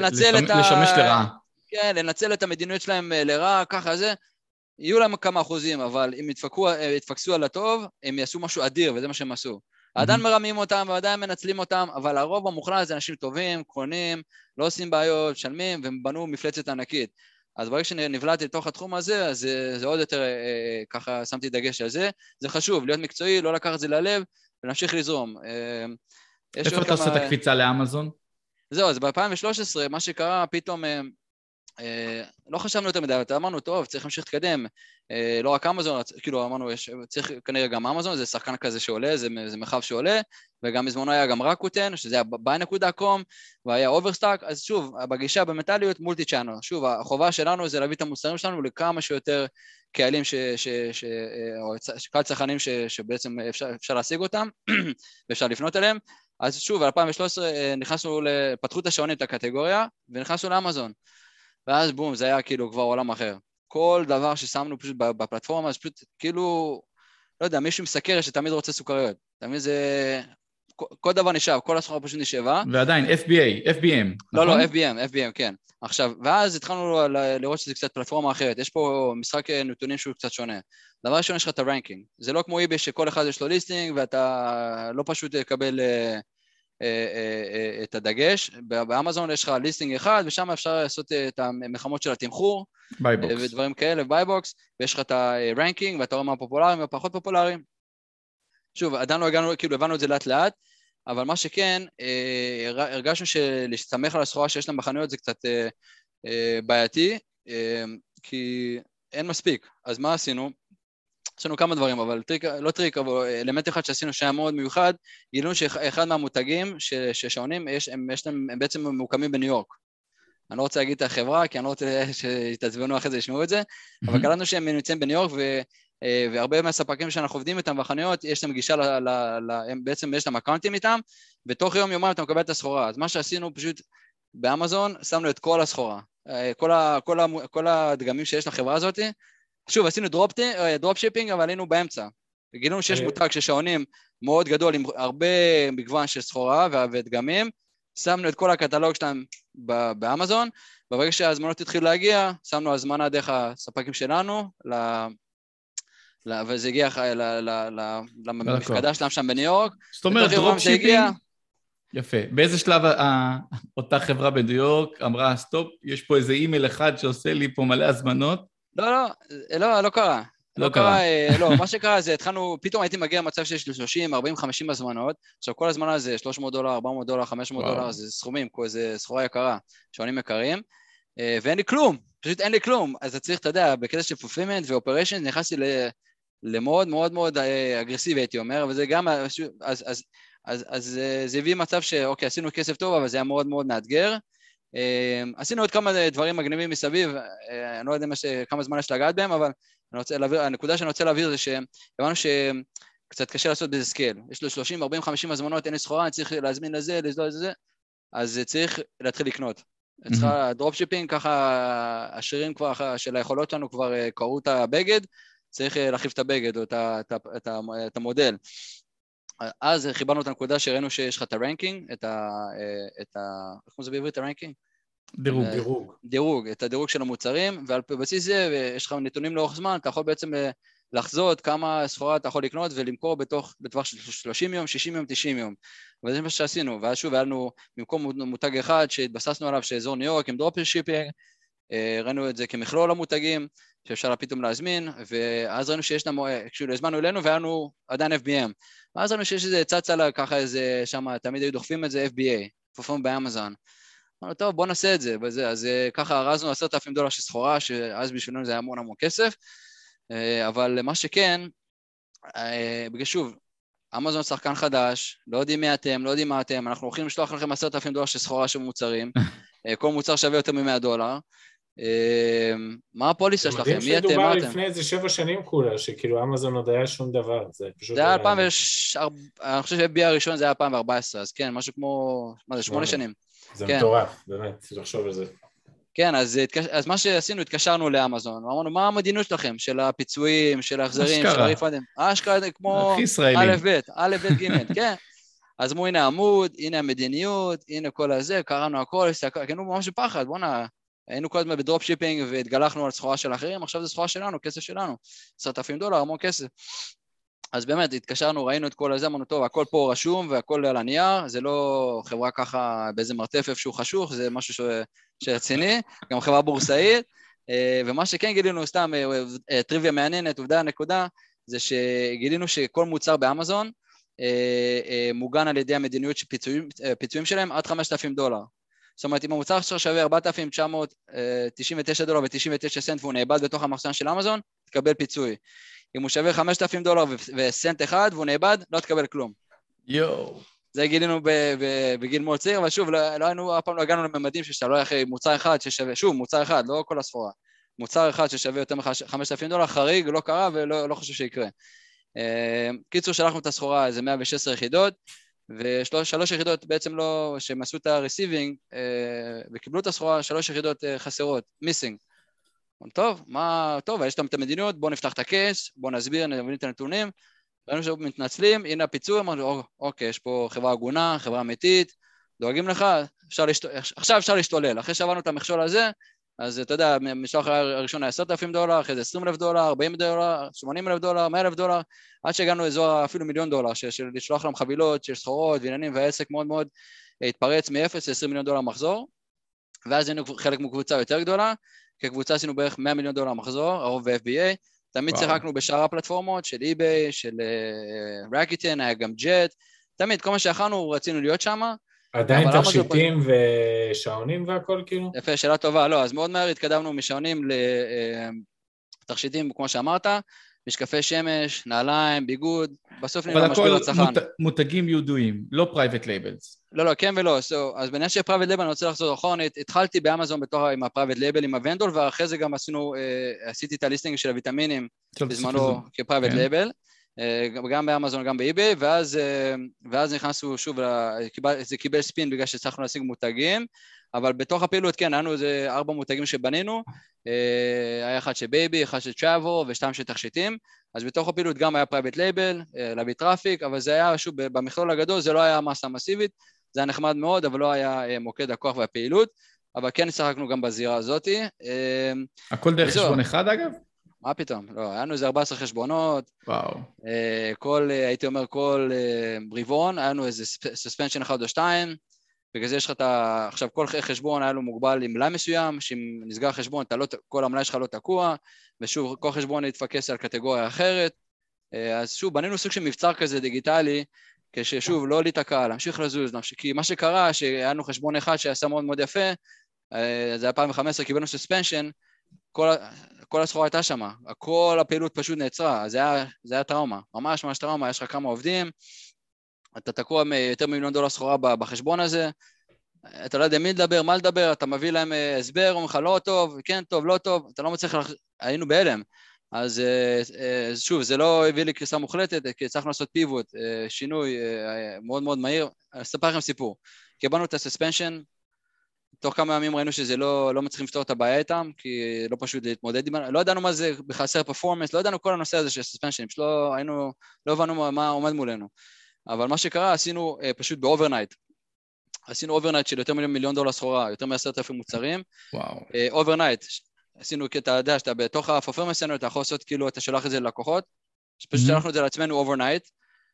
לשמש לרעה.
כן, לנצל את המדיניות שלהם לרעה, ככה זה. יהיו להם כמה אחוזים, אבל אם יתפקסו על הטוב, הם יעשו משהו אדיר, וזה מה שהם עשו. עדיין מרמים אותם, ועדיין מנצלים אותם, אבל הרוב המוחלט זה אנשים טובים, קונים, לא עושים בעיות, שלמים, והם בנו מפלצת ענקית. אז ברגע שנבלעתי לתוך התחום הזה, אז זה, זה עוד יותר, אה, ככה שמתי דגש על זה. זה חשוב, להיות מקצועי, לא לקחת את זה ללב, ולהמשיך לזרום. אה,
איפה אתה עושה את הקפיצה לאמזון?
זהו, אז ב-אלפיים ושלוש עשרה, מה שקרה, פתאום, אה, לא חשבנו יותר מדי, אמרנו, טוב, צריך להמשיך להתקדם, לא רק אמזון, כאילו אמרנו, צריך כנראה גם אמזון, זה שחקן כזה שעולה, זה מרחב שעולה, וגם בזמנו היה גם רקוטן, שזה היה ביי נקודה קום, והיה אוברסטאק, אז שוב, בגישה במנטליות מולטי צ'אנל, שוב, החובה שלנו זה להביא את המוצרים שלנו לכמה שיותר קהלים, או קהל צרכנים שבעצם אפשר להשיג אותם, ואפשר לפנות אליהם, אז שוב, ב-אלפיים ושלוש עשרה נכנסנו, פתחו את השעונים את הקטגוריה, ונכנסנו לאמזון. ואז בום, זה היה כאילו כבר עולם אחר. כל דבר ששמנו פשוט בפלטפורמה, אז פשוט כאילו, לא יודע, מישהו מסקר שתמיד רוצה סוכריות. תמיד זה, כל דבר נשאב, כל הסחורה פשוט נשאבה.
ועדיין, אף בי איי, אף בי אם,
לא,
נכון?
לא, אף בי אם, אף בי אם, כן. עכשיו, ואז התחלנו לראות שזה קצת פלטפורמה אחרת. יש פה משחק נתונים שהוא קצת שונה. דבר ראשון, יש לך את הרנקינג. זה לא כמו איבי שכל אחד יש לו ליסטינג, ואתה לא פשוט תקבל את הדגש. באמזון יש לך ליסטינג אחד, ושם אפשר לעשות את המלחמות של התמחור,
בייבוקס.
ודברים כאלה, בייבוקס, ויש לך את הרנקינג, ואתה רואה מה הפופולריים והפחות פופולריים. שוב, עדיין לא הגענו, כאילו הבנו את זה לאט לאט, אבל מה שכן, הרגשנו שלהסתמך על הסחורה שיש להם בחנויות זה קצת בעייתי, כי אין מספיק. אז מה עשינו? עשינו כמה דברים, אבל טריק, לא טריק, אבל אלמנט אחד שעשינו שהיה מאוד מיוחד, גילינו שאחד מהמותגים ששעונים, יש, הם, יש להם, הם בעצם ממוקמים בניו יורק. אני לא רוצה להגיד את החברה, כי אני לא רוצה שתעצבנו אחרי זה, ישמעו את זה, mm-hmm. אבל קלטנו שהם נמצאים בניו יורק, ו, והרבה מהספקים שאנחנו עובדים איתם בחנויות, יש להם גישה, ל, ל, ל, הם בעצם יש להם אקאונטים איתם, ותוך יום יומיים אתה מקבל את הסחורה. אז מה שעשינו פשוט באמזון, שמנו את כל הסחורה, כל, ה, כל, ה, כל הדגמים שיש לחברה הזאת, שוב, עשינו דרופ, דרופ שיפינג, אבל היינו באמצע. גילינו שיש מותג ששעונים מאוד גדול, עם הרבה מגוון של סחורה ודגמים, שמנו את כל הקטלוג שלהם באמזון, וברגע שההזמנות התחילו להגיע, שמנו הזמנה דרך הספקים שלנו, וזה הגיע למפקדה שלהם שם בניו יורק.
זאת אומרת, דרופ שיפינג, יפה. באיזה שלב אותה חברה בניו יורק אמרה, סטופ, יש פה איזה אימייל אחד שעושה לי פה מלא הזמנות,
לא, לא, לא, לא קרה.
לא קרה.
לא, מה שקרה זה, התחלנו, פתאום הייתי מגיע למצב שיש שלושים, ארבעים, חמישים הזמנות, עכשיו כל הזמנה זה שלוש מאות דולר, ארבע מאות דולר, חמש מאות דולר, זה סכומים, זה סחורה יקרה, שעונים יקרים, ואין לי כלום, פשוט אין לי כלום, אז אתה צריך, אתה יודע, בקטע של fulfillment ו-operation, נכנסתי למאוד מאוד מאוד אגרסיבי, הייתי אומר, וזה גם, אז זה הביא מצב שאוקיי, עשינו כסף טוב, אבל זה היה מאוד מאוד מאתגר, עשינו עוד כמה דברים מגניבים מסביב, אני לא יודע כמה זמן יש לגעת בהם, אבל הנקודה שאני רוצה להעביר זה שהבנו שקצת קשה לעשות בזה סקייל, יש לו שלושים, ארבעים, חמישים הזמנות, אין לי סחורה, אני צריך להזמין לזה, לזה, לזה, אז צריך להתחיל לקנות. הדרופ שיפינג, ככה השירים כבר של היכולות שלנו כבר קראו את הבגד, צריך להחליף את הבגד או את המודל. אז חיברנו את הנקודה שראינו שיש לך את הרנקינג, את ה... איך קוראים זה בעברית, הרנקינג?
דירוג.
דירוג.
דירוג, את הדירוג של המוצרים, ועל בסיס זה, יש לך נתונים לאורך זמן, אתה יכול בעצם לחזות כמה סחורה אתה יכול לקנות ולמכור בתוך, בטווח של שלושים יום, שישים יום, תשעים יום. וזה מה שעשינו, ואז שוב, היה לנו במקום מותג אחד שהתבססנו עליו, שאזור ניו יורק עם דרופ שיפינג, ראינו את זה כמכלול המותגים, שאפשר פתאום להזמין, ואז ראינו שיש לנו, כשהוא הזמנו אלינו, והיה לנו עדיין אף בי אם. ואז ראינו שיש איזה צץ עלה, ככה איזה, שם תמיד היו דוחפים את זה אף בי איי, פרפורם באמזון. אמרנו, טוב, בוא נעשה את זה, וזה, אז ככה הרזנו עשרת אלפים דולר של סחורה, שאז בשבילנו זה היה המון המון כסף, אבל מה שכן, בגלל שוב, אמזון שחקן חדש, לא יודעים מי אתם, לא יודעים מה אתם, אנחנו הולכים לשלוח לכם עשרת אלפים דולר של סחורה של מוצרים, כל מוצר שווה יותר מ-מאה דולר, מה הפוליסה שלכם? מי אתם?
שדובר לפני איזה שבע שנים כולה, שכאילו אמזון עוד היה שום דבר, זה פשוט...
זה היה אלפיים וארבע, אני חושב שהבי הראשון זה היה אלפיים וארבע עשרה, אז כן, משהו כמו, מה זה, שמונה שנים.
זה מטורף, באמת, לחשוב על זה.
כן, אז, אז מה שעשינו, התקשרנו לאמזון, אמרנו, מה המדיניות שלכם? של הפיצויים, של ההחזרים, של הריפנדים? אשכרה, כמו א' ב', א' ב' ג', כן. אז אמרו, הנה העמוד, הנה המדיניות, הנה כל הזה, קראנו הכל, קראנו ממש פחד, בוא נע, היינו כל הזמן בדרופ שיפינג והתגלחנו על סחורה של אחרים, עכשיו זה סחורה שלנו, כסף שלנו, עשרת אלפים דולר, המון כסף. אז באמת, התקשרנו, ראינו את כל הזה, אמרנו, טוב, הכל פה רשום והכל על הנייר, זה לא חברה ככה באיזה מרתף איפשהו חשוך, זה משהו ש... שרציני, גם חברה בורסאית, ומה שכן גילינו, סתם טריוויה מעניינת, עובדה הנקודה, זה שגילינו שכל מוצר באמזון מוגן על ידי המדיניות שפיצויים, פיצויים שלהם עד חמשת אלפים דולר. זאת אומרת, אם המוצר עכשיו שווה ארבעת אלפים תשע מאות תשעים ותשע דולר ו-תשעים ותשע סנט והוא נאבד בתוך המחסן של אמזון, תקבל פיצוי. אם הוא שווה חמשת אלפים דולר וסנט אחד והוא נאבד, לא תקבל כלום.
יואו.
זה גילינו בגיל מאוד צעיר, אבל שוב, לא היינו, אף פעם לא הגענו לממדים שאתה לא אחרי מוצר אחד ששווה, שוב, מוצר אחד, לא כל הספורה. מוצר אחד ששווה יותר מ-חמשת אלפים דולר, חריג, לא קרה ולא חושב שיקרה. קיצור, שלחנו את הסחורה, איזה מאה ושש עשרה יחידות, ושלוש יחידות בעצם לא, שהם עשו את ה-receiving, וקיבלו את הסחורה, שלוש יחידות חסרות, missing. טוב, מה, טוב, יש להם את המדיניות, בואו נפתח את הקייס, בואו נסביר, נבין את הנתונים, ראינו שאנחנו מתנצלים, הנה הפיצוי, אמרנו, אוקיי, יש פה חברה הגונה, חברה אמיתית, דואגים לך, אפשר לשת... עכשיו אפשר להשתולל, אחרי שעברנו את המכשול הזה, אז אתה יודע, המשלוח הראשון היה עשרת אלפים דולר, אחרי זה עשרים אלף דולר, ארבעים דולר, שמונים אלף דולר, מאה אלף דולר, עד שהגענו לאזור אפילו מיליון דולר, של לשלוח להם חבילות, של סחורות ועניינים, והעסק מאוד מאוד התפרץ מ-אפס ל-עשרים מיליון דולר מחזור, ואז היינו חלק מקבוצה יותר גדולה, כקבוצה עשינו בערך מאה מיליון דולר מחזור, הרוב ב-אף בי איי, תמיד שיחקנו בשאר הפלטפורמות של eBay, של רקיטן, היה גם ג'ט, תמיד, כל מה שאכלנו רצינו להיות שם.
עדיין תכשיטים ושעונים והכל כאילו?
יפה, שאלה טובה, לא, אז מאוד מהר התקדמנו משעונים לתכשיטים, כמו שאמרת, משקפי שמש, נעליים, ביגוד, בסוף נראה משפיע לצרכן.
אבל הכל מותגים ידועים, לא פרייבט לייבלס.
לא, לא, כן ולא, אז בעניין של פרייבט לייבל אני רוצה לחזור אחרון, התחלתי באמזון בתור עם הפרייבט לייבל, עם הוונדול, ואחרי זה גם עשינו, עשיתי את הליסטינג של הוויטמינים, בזמנו כפרייבט לייבל, גם באמזון, גם באיביי, ואז נכנסנו שוב, זה קיבל ספין בגלל שצריכנו להשיג מותגים, אבל בתוך הפעילות, כן, היינו איזה ארבע מותגים שבנינו, היה אחד של בייבי, אחד של טראבל, ושתיים של תכשיטים, אז בתוך הפעילות גם היה פרייבט לייבל, להביא טראפיק, אבל זה היה, שוב, במכלול הגדול, זה לא היה מסה מסיבית, זה היה נחמד מאוד, אבל לא היה מוקד הכוח והפעילות, אבל כן שחקנו גם בזירה הזאת.
הכל דרך חשבון אחד, אגב?
מה פתאום? לא, היה לנו איזה ארבע עשרה חשבונות.
וואו.
כל, הייתי אומר, כל רבעון, היה לנו איזה סספנשן אחד או שתיים, בגלל זה יש לך את ה... עכשיו, כל חשבון היה לו מוגבל עם מלאי מסוים, שאם נסגר חשבון, לא... כל המלאי שלך לא תקוע, ושוב, כל חשבון יתפקס על קטגוריה אחרת. אז שוב, בנינו סוג של מבצר כזה דיגיטלי, כששוב, לא להתקע, להמשיך לזוז, כי מה שקרה, שהיה לנו חשבון אחד שעשה מאוד מאוד יפה, זה אלפיים וחמש עשרה, קיבלנו סספנשן, כל, כל הסחורה הייתה שם, כל הפעילות פשוט נעצרה, אז זה היה, זה היה טראומה, ממש ממש טראומה, יש לך כמה עובדים, אתה תקוע יותר ממיליון דולר סחורה בחשבון הזה, אתה לא יודע מי לדבר, מה לדבר, אתה מביא להם הסבר, אומר לך לא טוב, כן טוב, לא טוב, אתה לא מצליח, לח... היינו בהלם, אז שוב, זה לא הביא לי קריסה מוחלטת, כי צריכנו לעשות פיבוט, שינוי מאוד מאוד מהיר, אספר לכם סיפור, קיבלנו את הסספנשן, תוך כמה ימים ראינו שזה לא, לא מצליחים לפתור את הבעיה איתם, כי לא פשוט להתמודד עם... לא ידענו מה זה בחסר פרפורמנס, לא ידענו כל הנושא הזה של סספנשנים, שלא היינו, לא הבנו מה עומד מולנו. אבל מה שקרה, עשינו פשוט באוברנייט. עשינו אוברנייט של יותר מיליון דולר סחורה, יותר מעשרת אלפים מוצרים.
וואו.
אוברנייט, עשינו, כי אתה יודע, שאתה בתוך הפרפורמנס שלנו, אתה יכול לעשות כאילו, אתה שולח את זה ללקוחות, פשוט שלחנו את זה לעצמנו אוברנייט,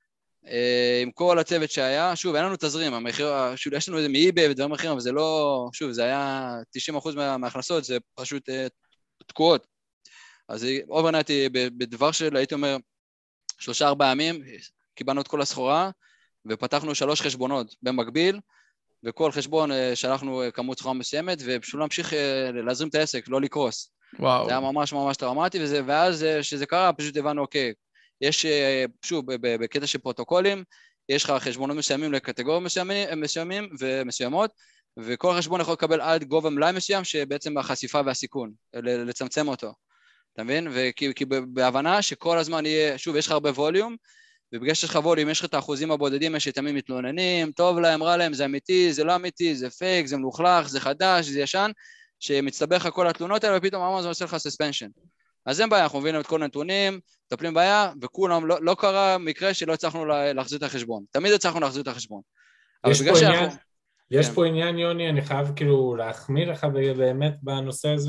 עם כל הצוות שהיה, שוב, אין לנו תזרים, המחיר, שוב, יש לנו איזה מאיביי ודברים אחרים, אבל זה לא, שוב, זה היה תשעים אחוז מההכנסות, זה פשוט תקועות. אז אוברנייט בדבר של, הייתי אומר, שלושה ארבעה ימים, קיבלנו את כל הסחורה, ופתחנו שלוש חשבונות במקביל, וכל חשבון שלחנו כמות סחורה מסוימת, ופשוט להמשיך להזרים את העסק, לא לקרוס.
וואו.
זה היה ממש ממש טראומטי, וזה, ואז שזה קרה, פשוט הבנו, אוקיי, יש, שוב, בקטע של פרוטוקולים, יש לך חשבונות מסוימים לקטגוריות מסוימים, מסוימים ומסוימות, וכל חשבון יכול לקבל עד גובה מלאי מסוים, שבעצם החשיפה והסיכון, לצמצם אותו. אתה מבין? וכי, כי בהבנה שכל הזמן יהיה, שוב, יש לך הרבה ווליום, ובגלל שיש לך ווליום, יש לך את האחוזים הבודדים, יש שתמיד מתלוננים, טוב להם, רע להם, זה אמיתי, זה לא אמיתי, זה פייק, זה מלוכלך, זה חדש, זה ישן, שמצטבר לך כל התלונות האלה, ופתאום אמזון עושה לך סספנשן. אז אין בעיה, אנחנו מבינים את כל הנתונים, מטפלים בעיה, וכולם, לא, לא קרה מקרה שלא הצלחנו להחזיר את החשבון. תמיד הצלחנו להחזיר את החשבון.
יש, פה עניין, שאנחנו... יש כן. פה עניין, יוני, אני חייב כאילו להחמיא לך באמת בנושא הזה,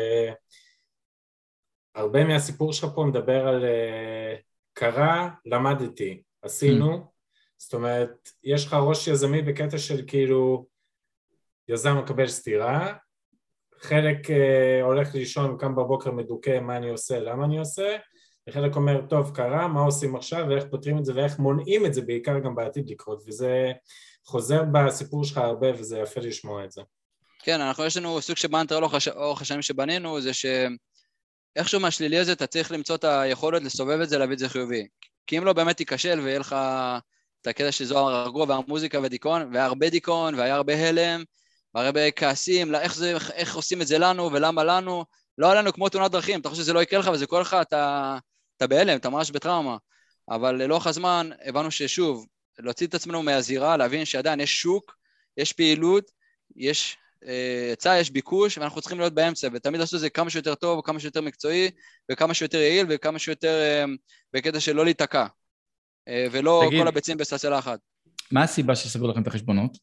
שהרבה מהסיפור שלך פה מדבר על קרה, למדתי, עשינו, mm. זאת אומרת, יש לך ראש יזמי בקטע של כאילו, יזם מקבל סתירה, חלק אה, הולך לישון, קם בבוקר מדוקה מה אני עושה, למה אני עושה, וחלק אומר, טוב, קרה, מה עושים עכשיו, ואיך פותרים את זה, ואיך מונעים את זה, בעיקר גם בעתיד לקרות, וזה חוזר בסיפור שלך הרבה, וזה יפה לשמוע את זה.
כן, אנחנו יש לנו סוג שבנטר לאורך השנים שבנינו, זה שאיכשהו מהשלילי הזה אתה צריך למצוא את היכולת לסובב את זה, להביא את זה חיובי. כי אם לא באמת תיכשל ויהיה לך את הקטע שזו הרגוע והמוזיקה ודיכאון, והיה הרבה דיכאון והיה הרבה הלם, והרבה כעסים, לא, איך, זה, איך עושים את זה לנו ולמה לנו, לא היה לנו כמו תאונת דרכים, אתה חושב שזה לא יקרה לך וזה קורה לך, אתה, אתה בהלם, אתה ממש בטראומה. אבל לאורך הזמן הבנו ששוב, להוציא את עצמנו מהזירה, להבין שעדיין יש שוק, יש פעילות, יש היצע, יש ביקוש, ואנחנו צריכים להיות באמצע, ותמיד לעשות את זה כמה שיותר טוב, כמה שיותר מקצועי, וכמה שיותר יעיל, וכמה שיותר בקטע של לא להיתקע. ולא תגיד, כל הביצים בסלסלה אחת.
מה הסיבה שסגרו לכם את החשבונות?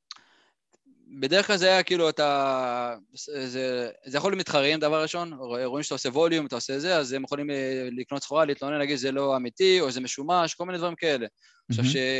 בדרך כלל זה היה כאילו, אתה, זה, זה יכול להיות מתחרים, דבר ראשון, רואים שאתה עושה ווליום, אתה עושה זה, אז הם יכולים לקנות סחורה, להתלונן, להגיד, זה לא אמיתי, או זה משומש, כל מיני דברים כאלה. עכשיו,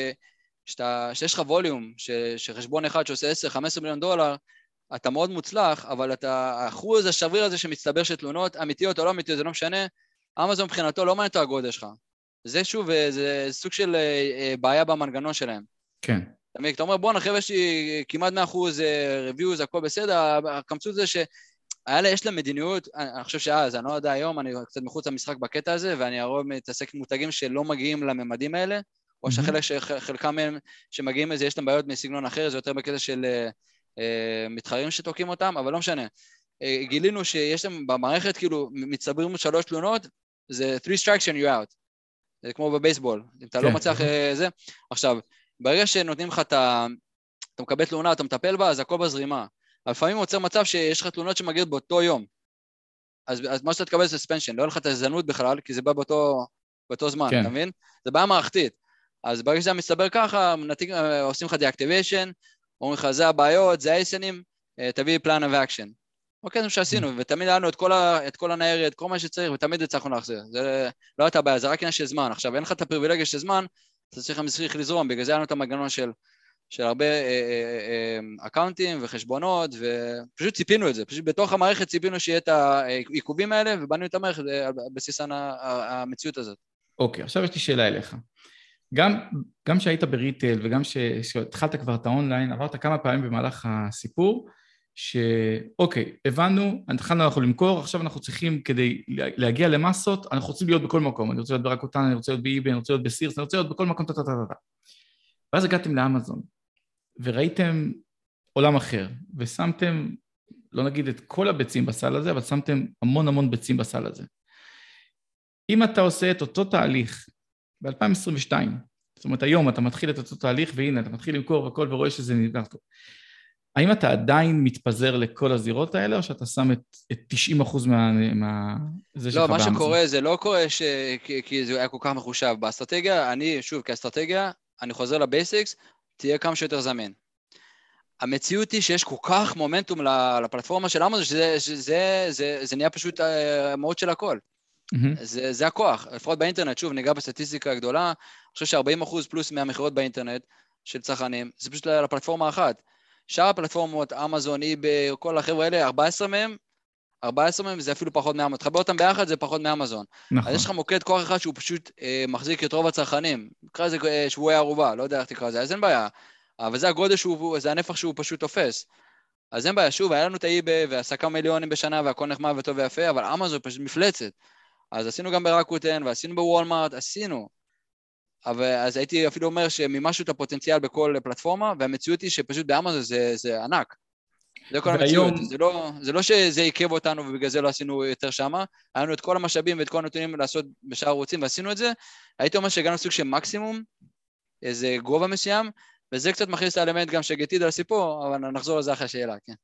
שיש לך ווליום, שחשבון אחד שעושה עשר חמש עשרה מיליון דולר, אתה מאוד מוצלח, אבל אתה, האחוז השבריר הזה שמצטבר של תלונות, אמיתיות או לא אמיתיות, זה לא משנה, אמזון מבחינתו לא מעניין את הגודל שלך. זה שוב, זה סוג של בעיה במנגנון שלהם.
כן.
אתה אומר, בוא נחשב, יש לי כמעט מאה אחוז ריוויוז, הכל בסדר, הקמצות זה שהיה לה, יש לה מדיניות, אני חושב שאז, אני לא יודע היום, אני קצת מחוץ למשחק בקטע הזה, ואני הרוב מתעסק עם מותגים שלא מגיעים לממדים האלה, או שחלק שחלקם מהם שמגיעים לזה, יש להם בעיות מסגנון אחר, זה יותר בקטע של מתחרים שתוקעים אותם, אבל לא משנה. גילינו שיש להם במערכת, כאילו, מצטברים שלוש תלונות, זה three strikes and you're out. זה כמו בבייסבול, אם אתה לא מצליח זה. עכשיו, ברגע שנותנים לך, אתה מקבל תלונה, אתה מטפל בה, אז הכל בזרימה. אבל לפעמים יוצר מצב שיש לך תלונות שמגיעות באותו יום. אז, אז מה שאתה תקבל זה ספנשן, לא יהיה לך את ההזדמנות בכלל, כי זה בא באותו, באותו זמן, אתה מבין? זה בעיה מערכתית. אז ברגע שזה מסתבר ככה, נתיק, עושים לך דיאקטיביישן, אומרים לך, זה הבעיות, זה האיסנים, תביא פלן of action. אוקיי, זה מה שעשינו, ותמיד היה לנו את כל, ה, את כל הנערת, כל מה שצריך, ותמיד הצלחנו להחזיר. זה לא הייתה בעיה, זה רק עניין של זמן. עכשיו, אין לך את הפריבילגיה של זמן, אתה צריך להמשיך לזרום, בגלל זה היה לנו את המנגנון של, של הרבה אה, אה, אה, אקאונטים וחשבונות, ופשוט ציפינו את זה. פשוט בתוך המערכת ציפינו שיהיה את העיכובים האלה, ובנינו את המערכת על בסיס המציאות הזאת.
אוקיי, עכשיו יש לי שאלה אליך. גם, גם שהיית בריטל וגם שהתחלת כבר את האונליין, עברת כמה פעמים במהלך הסיפור, שאוקיי, הבנו, התחלנו אנחנו למכור, עכשיו אנחנו צריכים כדי להגיע למסות, אנחנו רוצים להיות בכל מקום, אני רוצה להיות ברקוטן, אני רוצה להיות באיבי, אני רוצה להיות בסירס, אני רוצה להיות בכל מקום, טטטטטטט. ואז הגעתם לאמזון, וראיתם עולם אחר, ושמתם, לא נגיד את כל הביצים בסל הזה, אבל שמתם המון המון ביצים בסל הזה. אם אתה עושה את אותו תהליך, ב-אלפיים עשרים ושתיים, זאת אומרת היום אתה מתחיל את אותו תהליך, והנה אתה מתחיל למכור וכל ורואה שזה נדבר טוב. האם אתה עדיין מתפזר לכל הזירות האלה, או שאתה שם את, את תשעים אחוז מה... מה זה
לא, מה שקורה זה לא קורה ש... כי, כי זה היה כל כך מחושב. באסטרטגיה, אני, שוב, כאסטרטגיה, אני חוזר לבייסיקס, תהיה כמה שיותר זמין. המציאות היא שיש כל כך מומנטום לפלטפורמה של אמזון, שזה, שזה, זה, זה נהיה פשוט המהות של הכל. Mm-hmm. זה, זה הכוח. לפחות באינטרנט, שוב, ניגע בסטטיסטיקה הגדולה, אני חושב ש-ארבעים אחוז פלוס מהמחירות באינטרנט של צרכנים, זה פשוט לפלטפורמה אחת. שאר הפלטפורמות, אמזון, איבי, כל החבר'ה האלה, ארבע עשרה מהם, ארבע עשרה מהם זה אפילו פחות מאמזון. תחבר אותם ביחד, זה פחות מאמזון. נכון. אז יש לך מוקד כוח אחד שהוא פשוט אה, מחזיק את רוב הצרכנים. נקרא לזה אה, שבועי ערובה, לא יודע איך תקרא לזה, אז אין בעיה. אבל זה הגודל שהוא, זה הנפח שהוא פשוט תופס. אז אין בעיה, שוב, היה לנו את האיבי ועסקה מיליונים בשנה והכל נחמד וטוב ויפה, אבל אמזון פשוט מפלצת. אז עשינו גם ברקוטן ועשינו בוולמארט, עשינו. אבל אז הייתי אפילו אומר שממשהו את הפוטנציאל בכל פלטפורמה, והמציאות היא שפשוט באמזון זה, זה ענק. זה כל והיום... המציאות. זה לא, זה לא שזה עיכב אותנו ובגלל זה לא עשינו יותר שמה, היה לנו את כל המשאבים ואת כל הנתונים לעשות בשאר ערוצים ועשינו את זה, הייתי אומר שהגענו סוג של מקסימום, איזה גובה מסוים, וזה קצת מכניס את האלמנט גם שגתיד על הסיפור, אבל נחזור לזה אחרי השאלה, כן.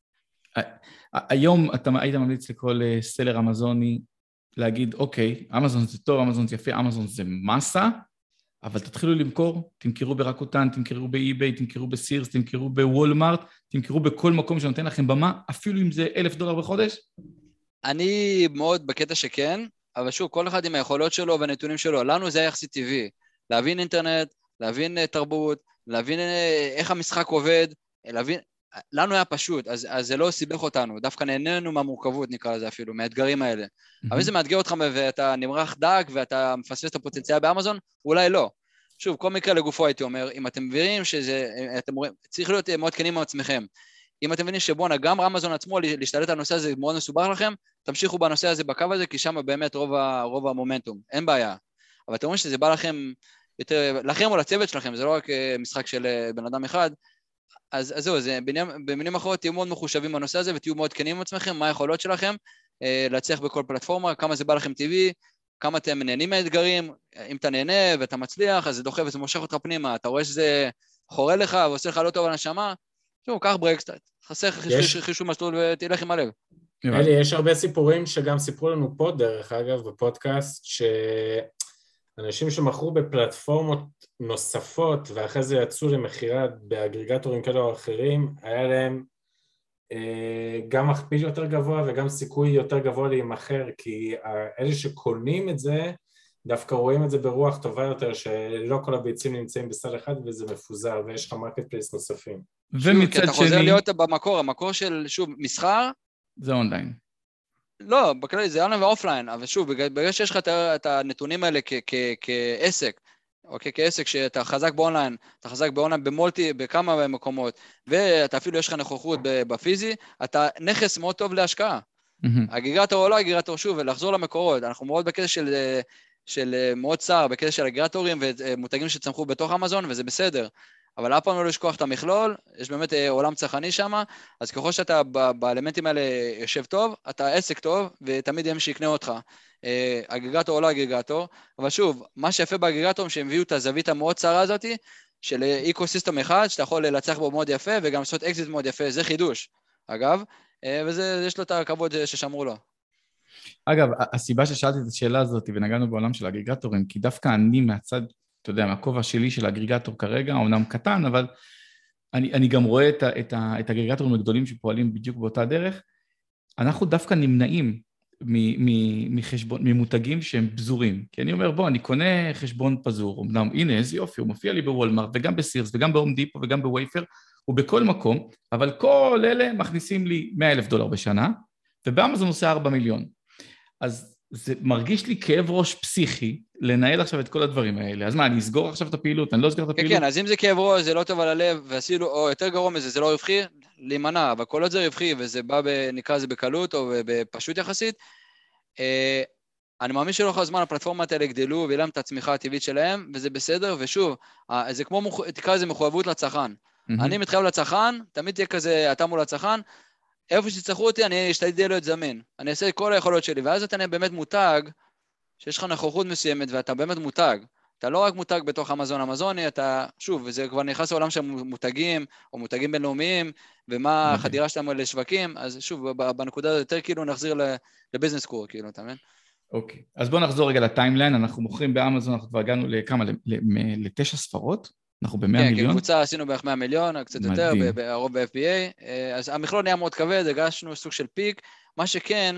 היום אתה היית ממליץ לכל סלר אמזוני להגיד, אוקיי, אמזון זה טוב, אמזון זה יפה, אמזון זה מסה, אבל תתחילו למכור, תמכרו ברקוטן, תמכרו באיביי, תמכרו בסירס, תמכרו בוולמארט, תמכרו בכל מקום שנותן לכם במה, אפילו אם זה אלף דולר בחודש?
אני מאוד בקטע שכן, אבל שוב, כל אחד עם היכולות שלו והנתונים שלו, לנו זה היה יחסית טבעי, להבין אינטרנט, להבין תרבות, להבין איך המשחק עובד, להבין, לנו היה פשוט, אז, אז זה לא סיבך אותנו, דווקא נהנינו מהמורכבות נקרא לזה אפילו, מהאתגרים האלה. Mm-hmm. אבל אם זה מאתגר אותך ואתה נמרח דק ואתה מפספס את הפוטנציאל באמזון, אולי לא. שוב, כל מקרה לגופו הייתי אומר, אם אתם מבינים שזה, אתם רואים, צריך להיות מאוד כנים עם עצמכם. אם אתם מבינים שבונה, גם אמזון עצמו, להשתלט על הנושא הזה מאוד מסובך לכם, תמשיכו בנושא הזה בקו הזה, כי שם באמת רוב, רוב המומנטום, אין בעיה. אבל אתם אומרים שזה בא לכם, יותר, לכם או לצוות שלכם, זה לא רק משחק של בן אדם אחד, אז, אז זהו, זה, במילים אחרות, תהיו מאוד מחושבים בנושא הזה, ותהיו מאוד כנים עם עצמכם, מה היכולות שלכם, להצליח בכל פלטפורמה, כמה זה בא לכם טבעי, כמה אתם נהנים מהאתגרים, אם אתה נהנה ואתה מצליח, אז זה דוחף וזה מושך אותך פנימה, אתה רואה שזה חורה לך ועושה לך לא טוב על הנשמה, שוב, קח ברקסטייט, חסך חישוב מסלול ותלך עם הלב.
אלי, יש הרבה סיפורים שגם סיפרו לנו פה, דרך אגב, בפודקאסט, שאנשים שמכרו בפלטפורמות נוספות, ואחרי זה יצאו למחירה באגריגטורים כאלה או אחרים, היה להם גם מכפיל יותר גבוה וגם סיכוי יותר גבוה להימחר, כי אלה שקונים את זה, דווקא רואים את זה ברוח טובה יותר, שלא כל הביצים נמצאים בסל אחד וזה מפוזר, ויש לך מרקט פלייס נוספים.
ומצד שני... אתה חוזר להיות במקור, המקור של, שוב, מסחר...
זה אונליין.
לא, בכלל זה אונליין ואופליין, אבל שוב, בגלל שיש לך את הנתונים האלה כעסק, אוקיי, כעסק שאתה חזק באונליין, אתה חזק באונליין במולטי, בכמה מקומות, ואתה אפילו יש לך נוכחות בפיזי, אתה נכס מאוד טוב להשקעה. אגריגטור או לא אגריגטור, שוב, ולחזור למקורות, אנחנו מאוד בקטע של... של מאוד צער, בקטע של אגריגטורים ומותגים שצמחו בתוך אמזון, וזה בסדר. אבל אף פעם לא לשכוח את המכלול, יש באמת עולם צרכני שם, אז ככל שאתה באלמנטים האלה יושב טוב, אתה עסק טוב, ותמיד יהיה מי שיקנה אותך. אגריגטור או לא אגריגטור, אבל שוב, מה שיפה באגריגטורים, שהם הביאו את הזווית המאוד צרה הזאת, של איקוסיסטם אחד, שאתה יכול לצח בו מאוד יפה, וגם לעשות אקזיט מאוד יפה, זה חידוש, אגב, וזה, יש לו את הכבוד ששמרו לו.
אגב, הסיבה ששאלתי את השאלה הזאת, ונגענו בעולם של האגריגטורים, כי דווקא אני מהצד, אתה יודע, מהכובע שלי של האגריגטור כרגע, אומנם קטן, אבל אני, אני גם רואה את, את, את האגריגטורים הגדולים שפועלים בדיוק באותה דרך, אנחנו דווקא נמנעים מחשבון, ממותגים שהם בזורים. כי אני אומר, בוא, אני קונה חשבון פזור, אמנם, הנה, איזה יופי, הוא מופיע לי בוולמארט, וגם בסירס, וגם בהום דיפו, וגם בווייפר, ובכל מקום, אבל כל אלה מכניסים לי מאה אלף דולר בשנה, ובאמזון עושה ארבעה מיליון. אז זה מרגיש לי כאב ראש פסיכי, לנהל עכשיו את כל הדברים האלה. אז מה, אני אסגור עכשיו את הפעילות? אני לא אסגור את הפעילות?
כן, כן, אז אם זה כאב ראש, זה לא טוב על הלב, ועשינו, או יותר גרוע מזה, זה לא רווחי, להימנע, אבל כל עוד זה רווחי, וזה בא, נקרא זה בקלות, או בפשוט יחסית, אני מאמין שלא כל הזמן הפלטפורמות האלה גדלו, ויהיה להם את הצמיחה הטבעית שלהם, וזה בסדר, ושוב, זה כמו, תקרא לזה מחויבות לצרכן. אני מתחייב לצרכן, תמיד תהיה כזה, אתה מול הצרכן, איפה שצריכו אותי, אני אשתדל להיות זמין. אני אעשה את כל היכולות שלי, ואז אתה באמת מותג, שיש לך נוכחות מסוימת, ואתה באמת מותג. אתה לא רק מותג בתוך אמזון אמזוני, אתה, שוב, וזה כבר נכנס לעולם של מותגים, או מותגים בינלאומיים, ומה החדירה שלהם לשווקים, אז שוב, בנקודה הזאת יותר כאילו נחזיר לביזנס קור, כאילו, אתה מבין?
אוקיי, אז בואו נחזור רגע לטיימליין, אנחנו מוכרים באמזון, אנחנו כבר הגענו לכמה, לתשע ספרות? אנחנו ב-מאה מיליון?
כן, כקבוצה עשינו בערך מאה מיליון, קצת יותר, הרוב ב-אף בי איי, אז המכלול נהיה מאוד כבד, הגשנו סוג של פיק, מה שכן,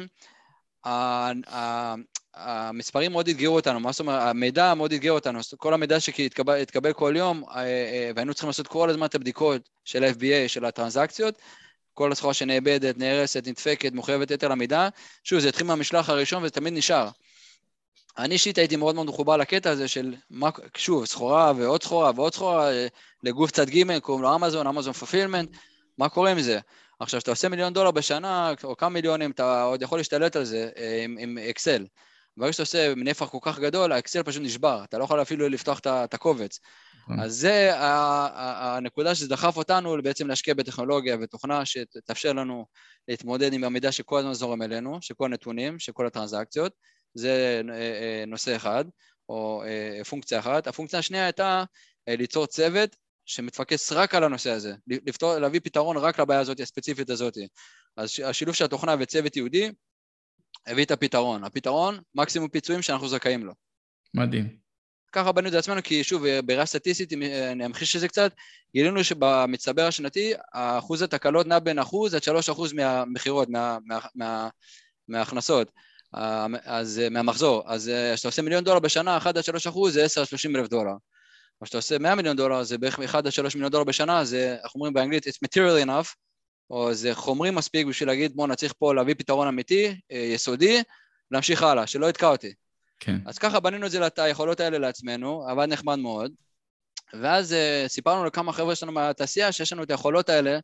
המספרים מאוד התגרו אותנו, מה זאת אומרת, המידע מאוד התגרו אותנו, כל המידע שהתקבל כל יום, והיינו צריכים לעשות כל הזמן את הבדיקות של ה-אף בי איי, של הטרנזקציות, כל הסחורה שנאבדת, נהרסת, נדפקת, מוחייבת יותר למידע, שוב, זה התחיל מהמשלח הראשון וזה תמיד נשאר. אני אישית הייתי מאוד מאוד מחובר לקטע הזה של, שוב, סחורה ועוד סחורה ועוד סחורה, לגוף צד ג' קוראים לו אמזון, אמזון פפילמנט, מה קורה עם זה? עכשיו, שאתה עושה מיליון דולר בשנה, או כמה מיליונים, אתה עוד יכול להשתלט על זה עם, עם אקסל. ברגע שאתה עושה נפח כל כך גדול, האקסל פשוט נשבר, אתה לא יכול אפילו לפתוח את הקובץ. אז זה הנקודה שדחף אותנו בעצם להשקיע בטכנולוגיה ותוכנה שתאפשר לנו להתמודד עם המידע שכל הזמן זורם אלינו, שכל הנתונים, שכל הטרנזקציות. זה נושא אחד, או פונקציה אחת. הפונקציה השנייה הייתה ליצור צוות שמתפקס רק על הנושא הזה, לפתור, להביא פתרון רק לבעיה הזאת, הספציפית הזאת. אז השילוב של התוכנה וצוות יהודי, הביא את הפתרון. הפתרון, מקסימום פיצויים שאנחנו זכאים לו.
מדהים.
ככה בנו את עצמנו, כי שוב, בראייה סטטיסטית, אני אמחיש שזה קצת, גילינו שבמצטבר השנתי, האחוז התקלות נע בין אחוז עד שלוש אחוז מהמחירות, מה, מה, מה, מההכנסות. אז מהמחזור, אז כשאתה עושה מיליון דולר בשנה, אחד עד שלוש אחוז זה עשר עד שלושים אלף דולר. או שאתה עושה מאה מיליון דולר, זה בערך אחד עד שלוש מיליון דולר בשנה, זה, אנחנו אומרים באנגלית, it's material enough, או זה חומרי מספיק בשביל להגיד, בוא נצליח פה להביא פתרון אמיתי, יסודי, להמשיך הלאה, שלא יתקע אותי.
כן.
אז ככה בנינו את זה, את היכולות האלה לעצמנו, עבד נחמד מאוד, ואז סיפרנו לכמה חבר'ה שלנו מהתעשייה, שיש לנו את היכולות האלה,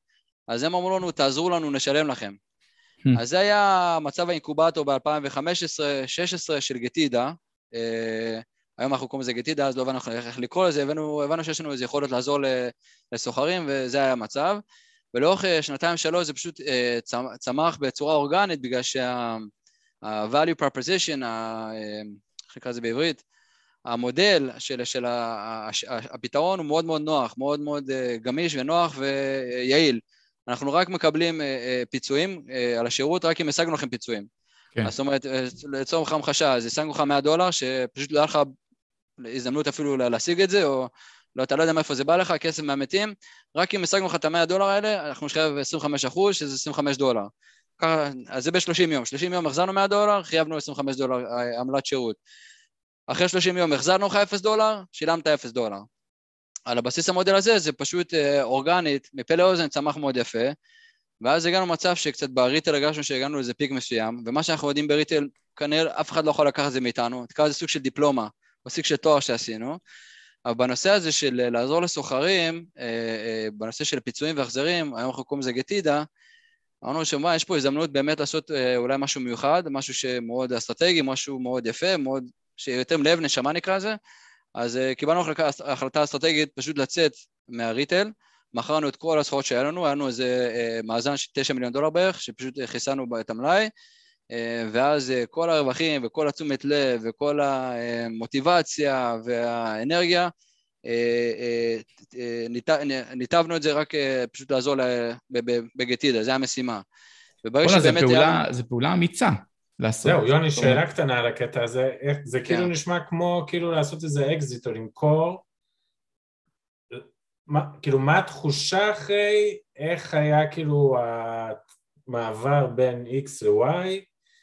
אז הם אמרו לנו, תעזרו לנו, נשלם לכם. אז זה היה מצב האינקובטור ב-אלפיים וחמש עשרה שש עשרה של גטידה, היום אנחנו קוראים לזה גטידה, אז לא הבנו איך לקרוא לזה, הבנו, הבנו שיש לנו איזו יכולת לעזור לסוחרים, וזה היה המצב, ולאורך שנתיים שלוש זה פשוט צמח בצורה אורגנית, בגלל שה-value proposition, איך נקרא זה בעברית, המודל של, של הפתרון הוא מאוד מאוד נוח, מאוד מאוד גמיש ונוח ויעיל. אנחנו רק מקבלים פיצויים על השירות, רק אם השגנו לכם פיצויים. כן. זאת אומרת, לצורך המחשה, אז השגנו לך מאה דולר, שפשוט לא היה לך הזדמנות אפילו להשיג את זה, או לא, אתה לא יודע מאיפה זה בא לך, כסף מהמתים, רק אם השגנו לך את המאה דולר האלה, אנחנו נשחרר עשרים וחמישה אחוז, שזה עשרים וחמישה דולר. ככה, אז זה ב-שלושים יום. שלושים יום החזרנו מאה דולר, חייבנו עשרים וחמישה דולר עמלת שירות. אחרי שלושים יום החזרנו לך אפס דולר, שילמת אפס דולר. על הבסיס המודל הזה, זה פשוט אה, אורגנית, מפה לאוזן צמח מאוד יפה, ואז הגענו מצב שקצת בריטל הגשנו שהגענו לאיזה פיק מסוים, ומה שאנחנו יודעים בריטל, כנראה אף אחד לא יכול לקחת את זה מאיתנו, תקרא זה סוג של דיפלומה, או סוג של תואר שעשינו, אבל בנושא הזה של לעזור לסוחרים, אה, אה, בנושא של פיצויים והחזרים, היום אנחנו קוראים לזה גטידה, אמרנו שמה, יש פה הזדמנות באמת לעשות אה, אולי משהו מיוחד, משהו שמאוד אסטרטגי, משהו מאוד יפה, מאוד, שיותר לב נשמה נקרא לזה, אז uh, קיבלנו החלטה, החלטה אסטרטגית פשוט לצאת מהריטל, מכרנו את כל הסחורות שהיה לנו, היה לנו איזה uh, מאזן של תשעה מיליון דולר בערך, שפשוט חיסנו את המלאי, uh, ואז uh, כל הרווחים וכל התשומת לב וכל המוטיבציה והאנרגיה, uh, uh, uh, נית, ניתבנו את זה רק uh, פשוט לעזור בגטידה, זה המשימה.
זה פעולה, זה פעולה אמיצה.
זהו, יוני, שאלה קטנה על הקטע הזה, זה כאילו נשמע כמו כאילו לעשות איזה אקזיט או למכור, כאילו מה התחושה אחרי, איך היה כאילו המעבר בין X ל-Y,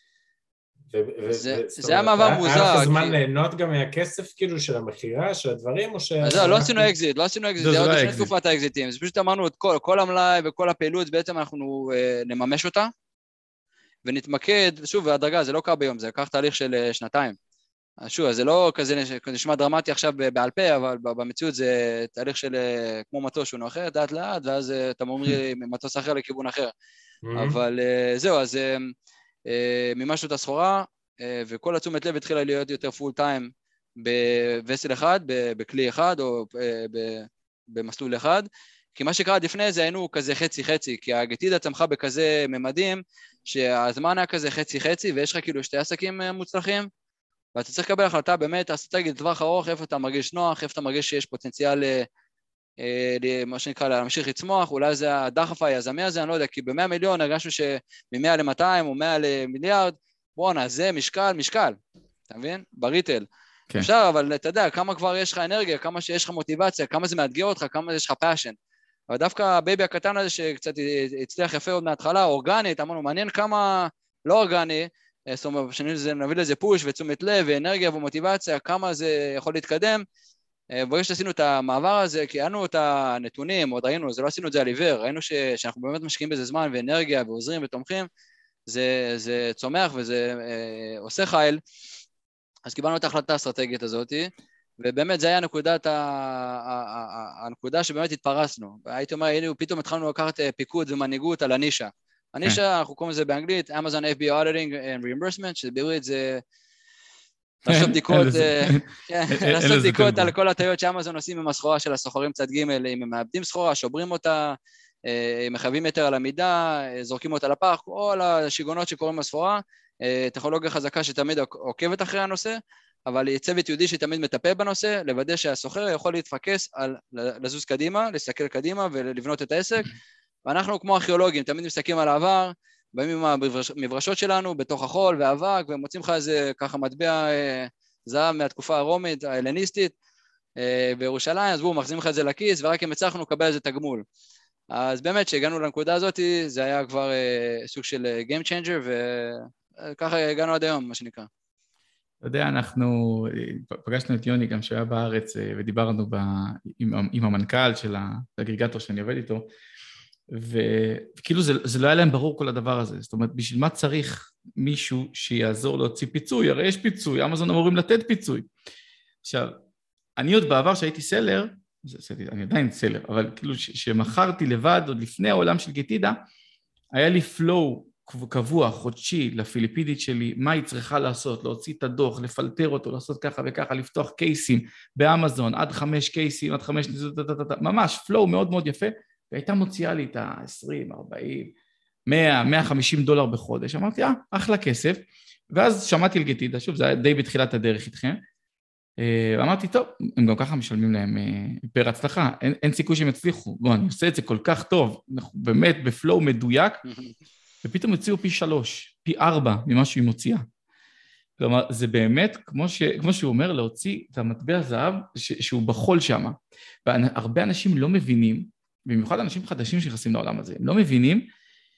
זה היה מעבר מוזר.
היה לך זמן ליהנות גם מהכסף כאילו של המחירה, של הדברים, או ש...
לא עשינו אקזיט, לא עשינו אקזיט, זה עוד לפני תקופת האקזיטים, זה פשוט אמרנו את כל המלאי וכל הפעילות, בעצם אנחנו נממש אותה, ונתמקד, שוב, והדרגה, זה לא קרה ביום, זה לקח תהליך של שנתיים. שוב, זה לא כזה נשמע דרמטי עכשיו בעל פה, אבל במציאות זה תהליך של כמו מטוס שהוא נוחר, דעת לאט, ואז אתה מומרי מטוס אחר לכיוון אחר. אבל זהו, אז מימשנו את הסחורה, וכל התשומת לב התחילה להיות יותר פול טיים בווסל אחד, בכלי אחד, או במסלול אחד, כי מה שקרה לפני זה היינו כזה חצי-חצי, כי הגטידה צמחה בכזה ממדים, שהזמן היה כזה חצי-חצי, ויש לך כאילו שתי עסקים מוצלחים, ואתה צריך לקבל החלטה באמת אסטרטגית לטווח ארוך, איפה אתה מרגיש נוח, איפה אתה מרגיש שיש פוטנציאל, מה שנקרא, להמשיך לצמוח, אולי זה הדחף היזמי הזה, אני לא יודע, כי ב-מאה מיליון הרגשנו שמ-מאה ל-מאתיים או מאה למיליארד, בואנה, זה משקל, משקל, אתה מבין? בריטל. כן. אפשר, אבל אתה יודע, כמה כבר יש לך אנרגיה, כמה שיש לך מוטיבציה, כמה זה מאתגר אותך, כמה יש לך פאשן. אבל דווקא הבייבי הקטן הזה שקצת הצליח יפה עוד מההתחלה, אורגנית, אמרנו, מעניין כמה לא אורגני, זאת אומרת, שנביא לזה פוש ותשומת לב ואנרגיה ומוטיבציה, כמה זה יכול להתקדם. ברגע שעשינו את המעבר הזה, כי היינו את הנתונים, עוד ראינו, זה לא עשינו את זה על עיוור, ראינו ש, שאנחנו באמת משקיעים בזה זמן ואנרגיה ועוזרים ותומכים, זה, זה צומח וזה אה, עושה חייל, אז קיבלנו את ההחלטה האסטרטגית הזאת, ובאמת זה היה נקודת, הנקודה שבאמת התפרסנו. הייתי אומר, פתאום התחלנו לקחת פיקוד ומנהיגות על הנישה. הנישה, אנחנו קוראים לזה באנגלית, Amazon אף בי Auditing and Reimbursement, שבעברית זה לעשות בדיקות, לעשות בדיקות על כל הטעויות שאמזון עושים עם הסחורה של הסוחרים צד ג', אם הם מאבדים סחורה, שוברים אותה, מחייבים יותר על המידה, זורקים אותה לפח, כל השיגונות שקוראים בסחורה, טכנולוגיה חזקה שתמיד עוקבת אחרי הנושא, אבל צוות יהודי שתמיד מטפל בנושא, לוודא שהסוחר יכול להתפקס על לזוז קדימה, להסתכל קדימה ולבנות את העסק, ואנחנו כמו ארכיאולוגים, תמיד מסתכלים על העבר, באים עם המברשות שלנו בתוך החול והאבק, ומוצאים לך איזה ככה מטבע זהב מהתקופה הרומית, ההלניסטית, בירושלים, אז בואו, מחזירים לך את זה לכיס, ורק אם הצלחנו לקבל איזה תגמול. אז באמת, שהגענו לנקודה הזאת, זה היה כבר סוג של Game Changer, וככה הגענו עד היום, מה שנקרא.
אתה יודע, אנחנו פגשנו את יוני גם שהיה בארץ, ודיברנו ב, עם, עם המנכ"ל של האגריגטור שאני עובד איתו, וכאילו זה, זה לא היה להם ברור כל הדבר הזה, זאת אומרת, בשביל מה צריך מישהו שיעזור להוציא פיצוי? הרי יש פיצוי, אמזון אמורים לתת פיצוי. עכשיו, אני עוד בעבר שהייתי סלר, אני עדיין סלר, אבל כאילו שמכרתי לבד, עוד לפני העולם של גטידה, היה לי פלואו קבוע, חודשי, לפיליפידית שלי, מה היא צריכה לעשות, להוציא את הדוח, לפלטר אותו, לעשות ככה וככה, לפתוח קייסים באמזון, עד חמש קייסים, עד חמש, ממש פלואו מאוד מאוד יפה, והייתה מוציאה לי את ה-עשרים, ארבעים, מאה, מאה וחמישים דולר בחודש, אמרתי, אה, אחלה כסף, ואז שמעתי על גטידה, שוב, זה היה די בתחילת הדרך איתכם, אמרתי, טוב, הם גם ככה משלמים להם פר הצלחה, אין, אין סיכוי שהם יצליחו, בוא, אני עושה את זה כל כך טוב, אנחנו באמת בפלואו מדויק, ופתאום הציעו פי שלוש, פי ארבע ממה שהיא מוציאה. כלומר, זה באמת, כמו, ש, כמו שהוא אומר, להוציא את המטבע זהב ש, שהוא בחול שם. והרבה אנשים לא מבינים, במיוחד אנשים חדשים שנכנסים לעולם הזה, הם לא מבינים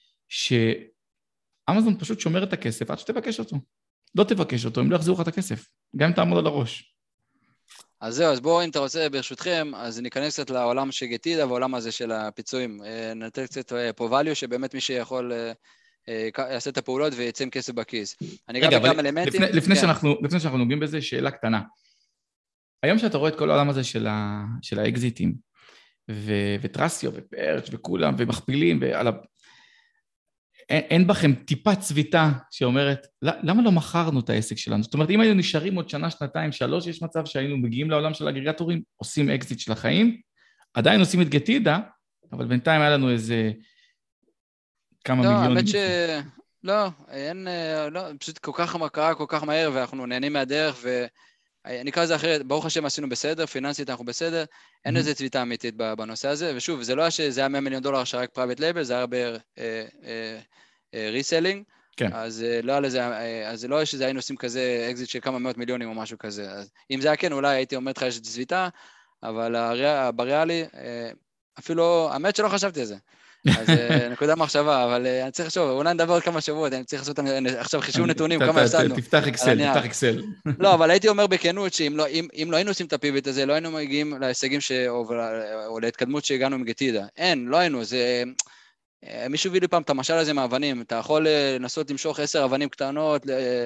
שאמזון פשוט שומר את הכסף עד שתבקש אותו. לא תבקש אותו, הם לא יחזירו לך את הכסף, גם אם תעמוד על הראש.
אז זהו, אז בואו, אם אתה רוצה, ברשותכם, אז ניכנס קצת לעולם של גטידה, והעולם הזה של הפיצויים. נתן קצת פה value, שבאמת מי שיכול יעשה את הפעולות ויצא עם כסף בכיס. אני גם בכמה אלמנטים.
לפני שאנחנו נוגעים בזה, שאלה קטנה. היום שאתה רואה את כל העולם הזה של האקזיטים, וטרסיו ופרץ' וכולם, ומכפילים, אין בכם טיפה צביטה שאומרת, למה לא מכרנו את העסק שלנו? זאת אומרת, אם היינו נשארים עוד שנה, שנתיים, שלוש, יש מצב שהיינו מגיעים לעולם של אגרגטורים, עושים אקזיט של החיים, עדיין עושים את גטידה, אבל בינתיים היה לנו איזה כמה מיליונים.
לא, האמת ש... לא, אין, לא, פשוט כל כך קרה, כל כך מהר, ואנחנו נהנים מהדרך, ואני אקרא לזה אחרת, ברוך השם עשינו בסדר, פיננסית אנחנו בסדר, אין איזה צביטה אמיתית בנושא הזה, ושוב, זה לא היה שזה היה מאה מיליון דולר שרק פרייבט לייבל, זה היה הרבה ריסלינג, אז לא היה לזה, אז לא היה שזה היינו עושים כזה אקזיט של כמה מאות מיליונים או משהו כזה, אז אם זה היה כן, אולי הייתי אומר לך יש צביטה, אבל בריאלי, אפילו, האמת שלא חשבתי על זה, אז נקודה מחשבה, אבל אני צריך לחשוב, אולי נדבר עוד כמה שבועות, אני צריך לעשות עכשיו חישוב נתונים, כמה הפסדנו.
תפתח אקסל, תפתח אקסל.
לא, אבל הייתי אומר בכנות, שאם לא היינו עושים את הפיבוט הזה, לא היינו מגיעים להישגים או להתקדמות שהגענו עם גטידה. אין, לא היינו, זה... מישהו הביא לי פעם את המשל הזה מהאבנים, אתה יכול לנסות למשוך עשר אבנים קטנות,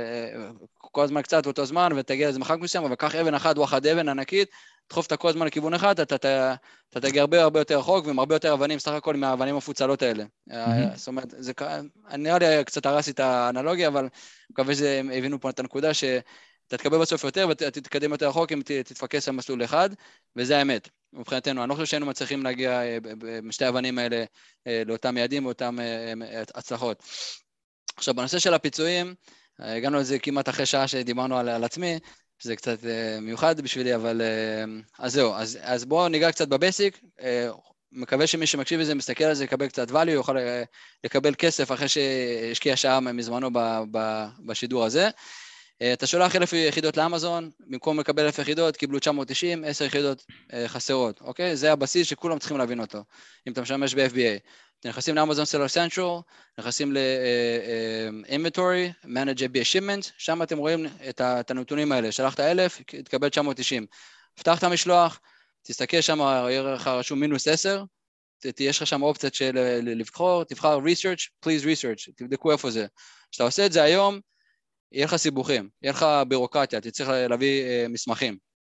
כל הזמן קצת באותו זמן, ותגיע לזה מחק מסוים, אבל קח אבן אחת, וואחד אבן ענקית, תדחוף את הכל הזמן לכיוון אחד, אתה, אתה, אתה תגיע הרבה הרבה יותר רחוק, ועם הרבה יותר אבנים, סך הכל מהאבנים המפוצלות האלה. זאת אומרת, זה, אני נראה לי קצת הרסתי את האנלוגיה, אבל מקווה שהם הבינו פה את הנקודה, שאתה תקבל בסוף יותר, ואתה תתקדם יותר רחוק, אם תתפקס על מסלול אחד, וזה האמת. מבחינתנו, אני לא חושב שהיינו מצליחים להגיע בשתי האבנים האלה לאותם יעדים ואותם הצלחות. עכשיו, בנושא של הפיצויים, הגענו לזה כמעט אחרי שעה שדיברנו על, על עצמי, שזה קצת uh, מיוחד בשבילי, אבל uh, אז זהו, אז, אז בואו ניגע קצת בבסיק, uh, מקווה שמי שמקשיב לזה, מסתכל על זה, יקבל קצת value, יוכל uh, לקבל כסף אחרי שהשקיע שעה מזמנו ב, ב, בשידור הזה. Uh, אתה שולח אלף יחידות לאמזון, במקום לקבל אלף יחידות, קיבלו תשע מאות תשעים, עשר יחידות uh, חסרות, אוקיי? זה הבסיס שכולם צריכים להבין אותו, אם אתה משמש ב-אף בי איי. אתם נכנסים לאמזון סלר סנטרל, נכנסים ל-inventory, manage אף בי איי shipment, שם אתם רואים את הנתונים האלה, שלחת אלף, תקבל תשע מאות תשעים. פתח את המשלוח, תסתכל שם, יהיה לך רשום מינוס עשר, יש לך שם אופציות של לבחור, תבחר research, please research, תבדקו איפה זה. כשאתה עושה את זה היום, יהיה לך סיבוכים, יהיה לך בירוקרטיה, תצטרך להביא מסמכים.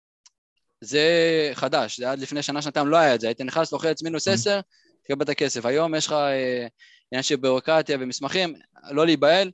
זה חדש, זה עד לפני שנה, שנתיים לא היה את זה, היית נכנס, לוחץ מינוס עשר, תקבל את הכסף. היום יש לך עניין של בירוקרטיה ומסמכים, לא להיבהל,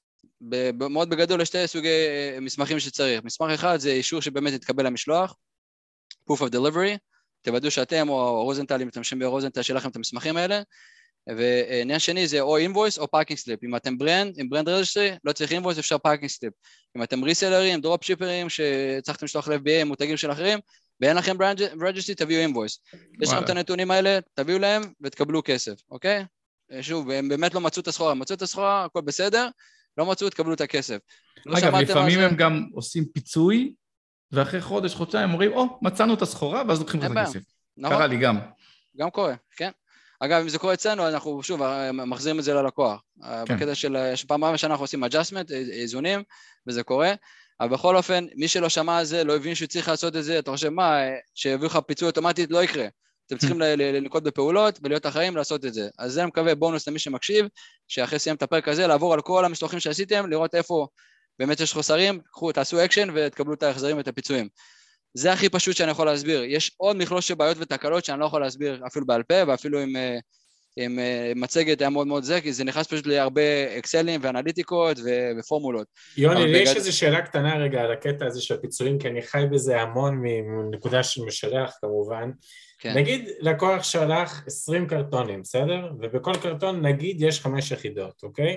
מאוד בגדול יש שתי סוגי מסמכים שצריך. מסמך אחד זה אישור שבאמת יתקבל למשלוח, proof of delivery, תוודאו שאתם או רוזנטל, אם אתם משתמשים ברוזנטל, שיהיה לכם את המסמכים האלה, ועניין שני זה או invoice או parking slip. אם אתם ברנד, עם ברנד רג'סטרי, לא צריך invoice, אפשר parking slip. אם אתם ריסלרים, דרופ שיפרים, שצריכתם לשלוח ל-אף בי איי, מותגים של אחרים, ואין לכם רג'סטרי, תביאו אינבויס. יש לכם את הנתונים האלה, תביאו להם ותקבלו כסף, אוקיי? שוב, הם באמת לא מצאו את הסחורה, מצאו את הסחורה, הכל בסדר, לא מצאו, תקבלו את הכסף.
אגב, לפעמים הם גם עושים פיצוי, ואחרי חודש, חודשיים, אומרים, או, מצאנו את הסחורה, ואז לוקחים את הכסף. קרה לי גם.
גם קורה, כן? אגב, אם זה קורה אצלנו, אנחנו שוב מחזירים את זה ללקוח. בקטע של פעם רבה שאנחנו עושים adjustment, איזונים, וזה קורה. אבל בכל אופן, מי שלא שמע על זה, לא הבין שהוא צריך לעשות את זה, אתה חושב מה, שיביאו לך פיצוי אוטומטית, לא יקרה. אתם צריכים לנקוט בפעולות ולהיות אחראים לעשות את זה. אז זה אני מקווה בונוס למי שמקשיב, שאחרי סיים את הפרק הזה, לעבור על כל המשלוחים שעשיתם, לראות איפה באמת יש חוסרים, קחו, תעשו אקשן ותקבלו את ההחזרים ואת הפיצויים. זה הכי פשוט שאני יכול להסביר. יש עוד מכלול של בעיות ותקלות שאני לא יכול להסביר אפילו בעל פה, ואפילו עם, עם, עם מצגת היה מאוד מאוד זה, כי זה נכנס פשוט להרבה אקסלים ואנליטיקות ו, ופורמולות.
יוני, לי בגד... יש איזו שאלה קטנה רגע על הקטע הזה של הפיצויים, כי אני חי בזה המון מנקודה של משלח כמובן. כן. נגיד לקוח שלח עשרים קרטונים, בסדר? ובכל קרטון נגיד יש חמש יחידות, אוקיי?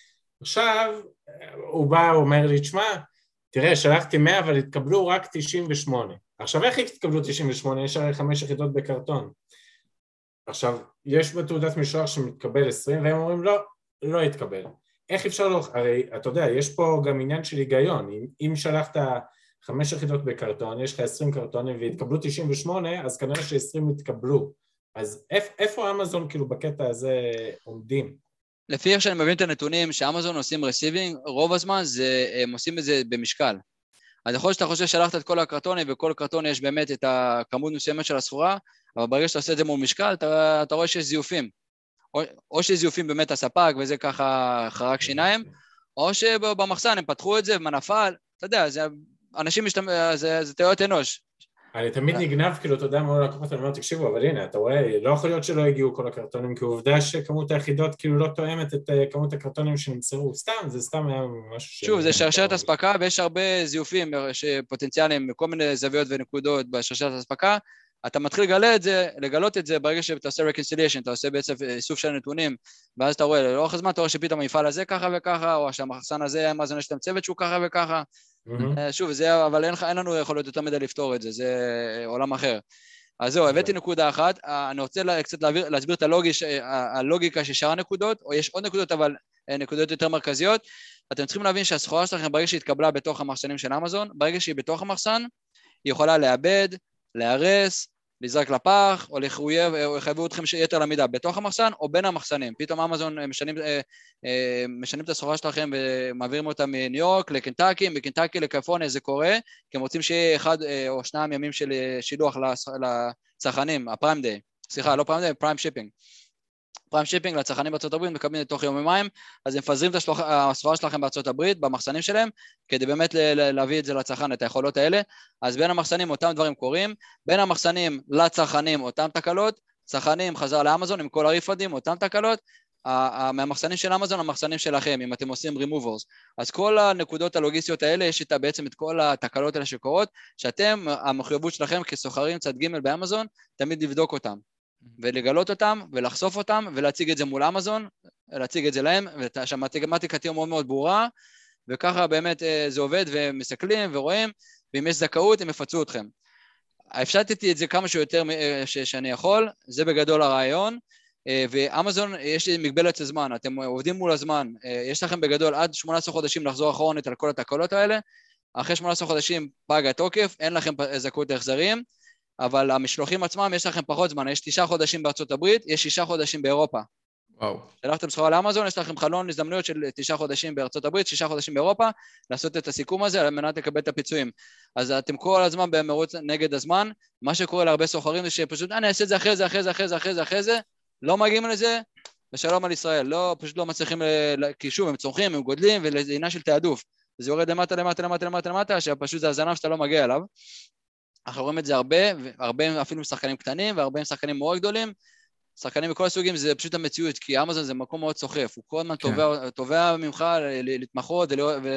עכשיו הוא בא, הוא אומר לי, תשמע, תראה, שלחתי מאה, אבל התקבלו רק תשעים ושמונה. עכשיו, איך התקבלו תשעים ושמונה? יש הרי חמש יחידות בקרטון. עכשיו, יש בתעודת משלוח שמתקבל עשרים, והם אומרים, לא, לא התקבל. איך אפשר לא... הרי, אתה יודע, יש פה גם עניין של היגיון. אם, אם שלחת חמש יחידות בקרטון, יש לך עשרים קרטונים, והתקבלו תשעים ושמונה, אז כנראה ש-עשרים התקבלו. אז איפ, איפה אמזון, כאילו, בקטע הזה עומדים?
לפי איך שאני מבין את הנתונים שאמזון עושים רסיבינג, רוב הזמן זה, הם עושים את זה במשקל. אז יכול להיות שאתה חושב שלחת את כל הקרטונים, וכל קרטון יש באמת את הכמות מסוימת של הסחורה, אבל ברגע שאתה עושה את זה מול משקל, אתה, אתה רואה שיש זיופים. או, או שיש זיופים באמת הספק, וזה ככה חרק שיניים, או שבמחסן הם פתחו את זה, ומה נפל, אתה יודע, זה, אנשים משתמש, זה, זה תיאוריות אנוש.
אני תמיד נגנב, כאילו, אתה יודע מה לקוחות, אני אומר, תקשיבו, אבל הנה, אתה רואה, לא יכול להיות שלא הגיעו כל הקרטונים, כי עובדה שכמות היחידות כאילו לא תואמת את כמות הקרטונים שנמסרו, סתם, זה סתם היה משהו...
שוב, זה שרשרת הספקה, ויש הרבה זיופים פוטנציאליים, כל מיני זוויות ונקודות בשרשרת הספקה, אתה מתחיל לגלות את זה, לגלות את זה ברגע שאתה עושה reconciliation, אתה עושה בעצם איסוף של הנתונים, ואז אתה רואה, לאורך הזמן אתה רואה שפתאום המפעל הזה ככה וככה, או שהמחסן הזה, מה זה נשתם צוות שהוא ככה וככה, Mm-hmm. שוב, זה, אבל אין, אין לנו יכולות יותר מדי לפתור את זה, זה עולם אחר. אז זהו, הבאתי נקודה אחת, אני רוצה לה, קצת להעביר, להסביר את הלוגיש, הלוגיקה של שאר הנקודות, או יש עוד נקודות, אבל נקודות יותר מרכזיות. אתם צריכים להבין שהסחורה שלכם, ברגע שהיא התקבלה בתוך המחסנים של אמזון, ברגע שהיא בתוך המחסן, היא יכולה לאבד, להרס, לזרק לפח, או לחייבו אתכם יתר למידה בתוך המחסן, או בין המחסנים. פתאום אמזון משנים, משנים את הסחורה שלכם ומעבירים אותה מניו יורק לקנטקי, מקנטקי לקליפורניה, זה קורה, כי הם רוצים שיהיה אחד או שניים ימים של שילוח לצרכנים, הפריים דיי, סליחה, לא פריים דיי, פריים שיפינג. פריים שיפינג לצרכנים בארצות הברית מקבלים לתוך יום יומיים, אז הם מפזרים את הסחורה שלכם בארצות הברית, במחסנים שלהם, כדי באמת להביא את זה לצרכן, את היכולות האלה. אז בין המחסנים אותם דברים קורים, בין המחסנים לצרכנים אותם תקלות, צרכנים חזר לאמזון עם כל הריפודים, אותם תקלות, מהמחסנים של אמזון, המחסנים שלכם, אם אתם עושים removals. אז כל הנקודות הלוגיסטיות האלה, יש איתה בעצם את כל התקלות האלה שקורות, שאתם, המחויבות שלכם כסוחרים צד ג' באמזון, תמיד לבדוק אותם. ולגלות אותם, ולחשוף אותם, ולהציג את זה מול אמזון, להציג את זה להם, שהמתמטיקה תהיה מאוד מאוד ברורה, וככה באמת זה עובד, ומסתכלים ורואים, ואם יש זכאות, הם יפצו אתכם. הפשטתי את זה כמה שיותר שאני יכול, זה בגדול הרעיון, ואמזון יש לי מגבלת הזמן, אתם עובדים מול הזמן, יש לכם בגדול עד שמונה עשרה חודשים לחזור אחרונת על כל התקלות האלה, אחרי שמונה עשרה חודשים פג התוקף, אין לכם זכאות להחזרים, אבל המשלוחים עצמם יש לכם פחות זמן, יש תשעה חודשים בארצות הברית, יש שישה חודשים באירופה.
וואו.
שלחתם סחורה לאמזון, יש לכם חלון הזדמנויות של תשעה חודשים בארצות הברית, שישה חודשים באירופה, לעשות את הסיכום הזה על מנת לקבל את הפיצויים. אז אתם כל הזמן במרוץ נגד הזמן, מה שקורה להרבה סוחרים זה שפשוט, אני אעשה את זה אחרי זה, אחרי זה, אחרי זה, אחרי זה, אחרי זה, לא מגיעים לזה, ושלום על ישראל, לא, פשוט לא מצליחים, כי שוב, הם צומחים, הם גודלים, וזה עניין של תעדוף. זה יורד למטה, למטה, למטה, למטה, למטה, שפשוט זה הזנב שאתה לא מגיע אליו. אנחנו רואים את זה הרבה, והרבה אפילו שחקנים קטנים, והרבה שחקנים מאוד גדולים. שחקנים בכל הסוגים זה פשוט המציאות, כי אמזון זה מקום מאוד סוחף, הוא כל הזמן תובע, תובע ממך להתמחות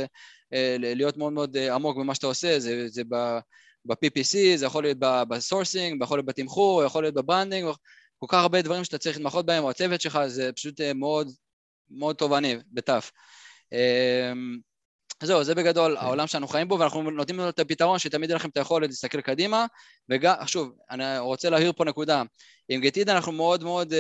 ולהיות מאוד מאוד עמוק במה שאתה עושה, זה, זה ב-פי פי סי, זה יכול להיות בסורסינג, יכול להיות בתמחור, יכול להיות בברנדינג, כל כך הרבה דברים שאתה צריך להתמחות בהם, או הצוות שלך, זה פשוט מאוד, מאוד תובעני, בטף. זהו, זה בגדול העולם שאנחנו חיים בו, ואנחנו נותנים לנו את הפתרון שתמיד יהיה לכם את היכולת להסתכל קדימה, וגם, שוב, אני רוצה להעביר פה נקודה, עם גטיד אנחנו מאוד מאוד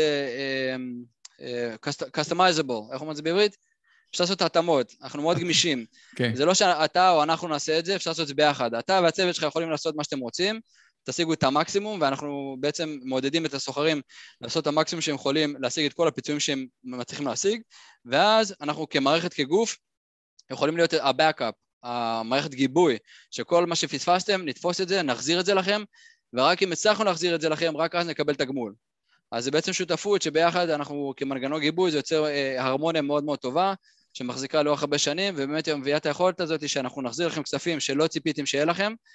customizable, איך אומרים את זה בעברית? אפשר לעשות התאמות, אנחנו מאוד גמישים, זה לא שאתה או אנחנו נעשה את זה, אפשר לעשות את זה ביחד, אתה והצוות שלך יכולים לעשות מה שאתם רוצים, תשיגו את המקסימום, ואנחנו בעצם מעודדים את הסוחרים לעשות את המקסימום שהם יכולים להשיג את כל הפיצויים שהם מצליחים להשיג, ואז אנחנו כמערכת כגוף, יכולים להיות הבאקאפ, המערכת גיבוי, שכל מה שפספסתם, נתפוס את זה, נחזיר את זה לכם, ורק אם הצלחנו להחזיר את זה לכם, רק אז נקבל את הגמול. אז זה בעצם שותפות שביחד אנחנו כמנגנון גיבוי, זה יוצר הרמוניה מאוד מאוד טובה, שמחזיקה לאורך הרבה שנים, ובאמת מביאה את היכולת הזאת שאנחנו נחזיר לכם כספים שלא ציפיתם שיהיה לכם,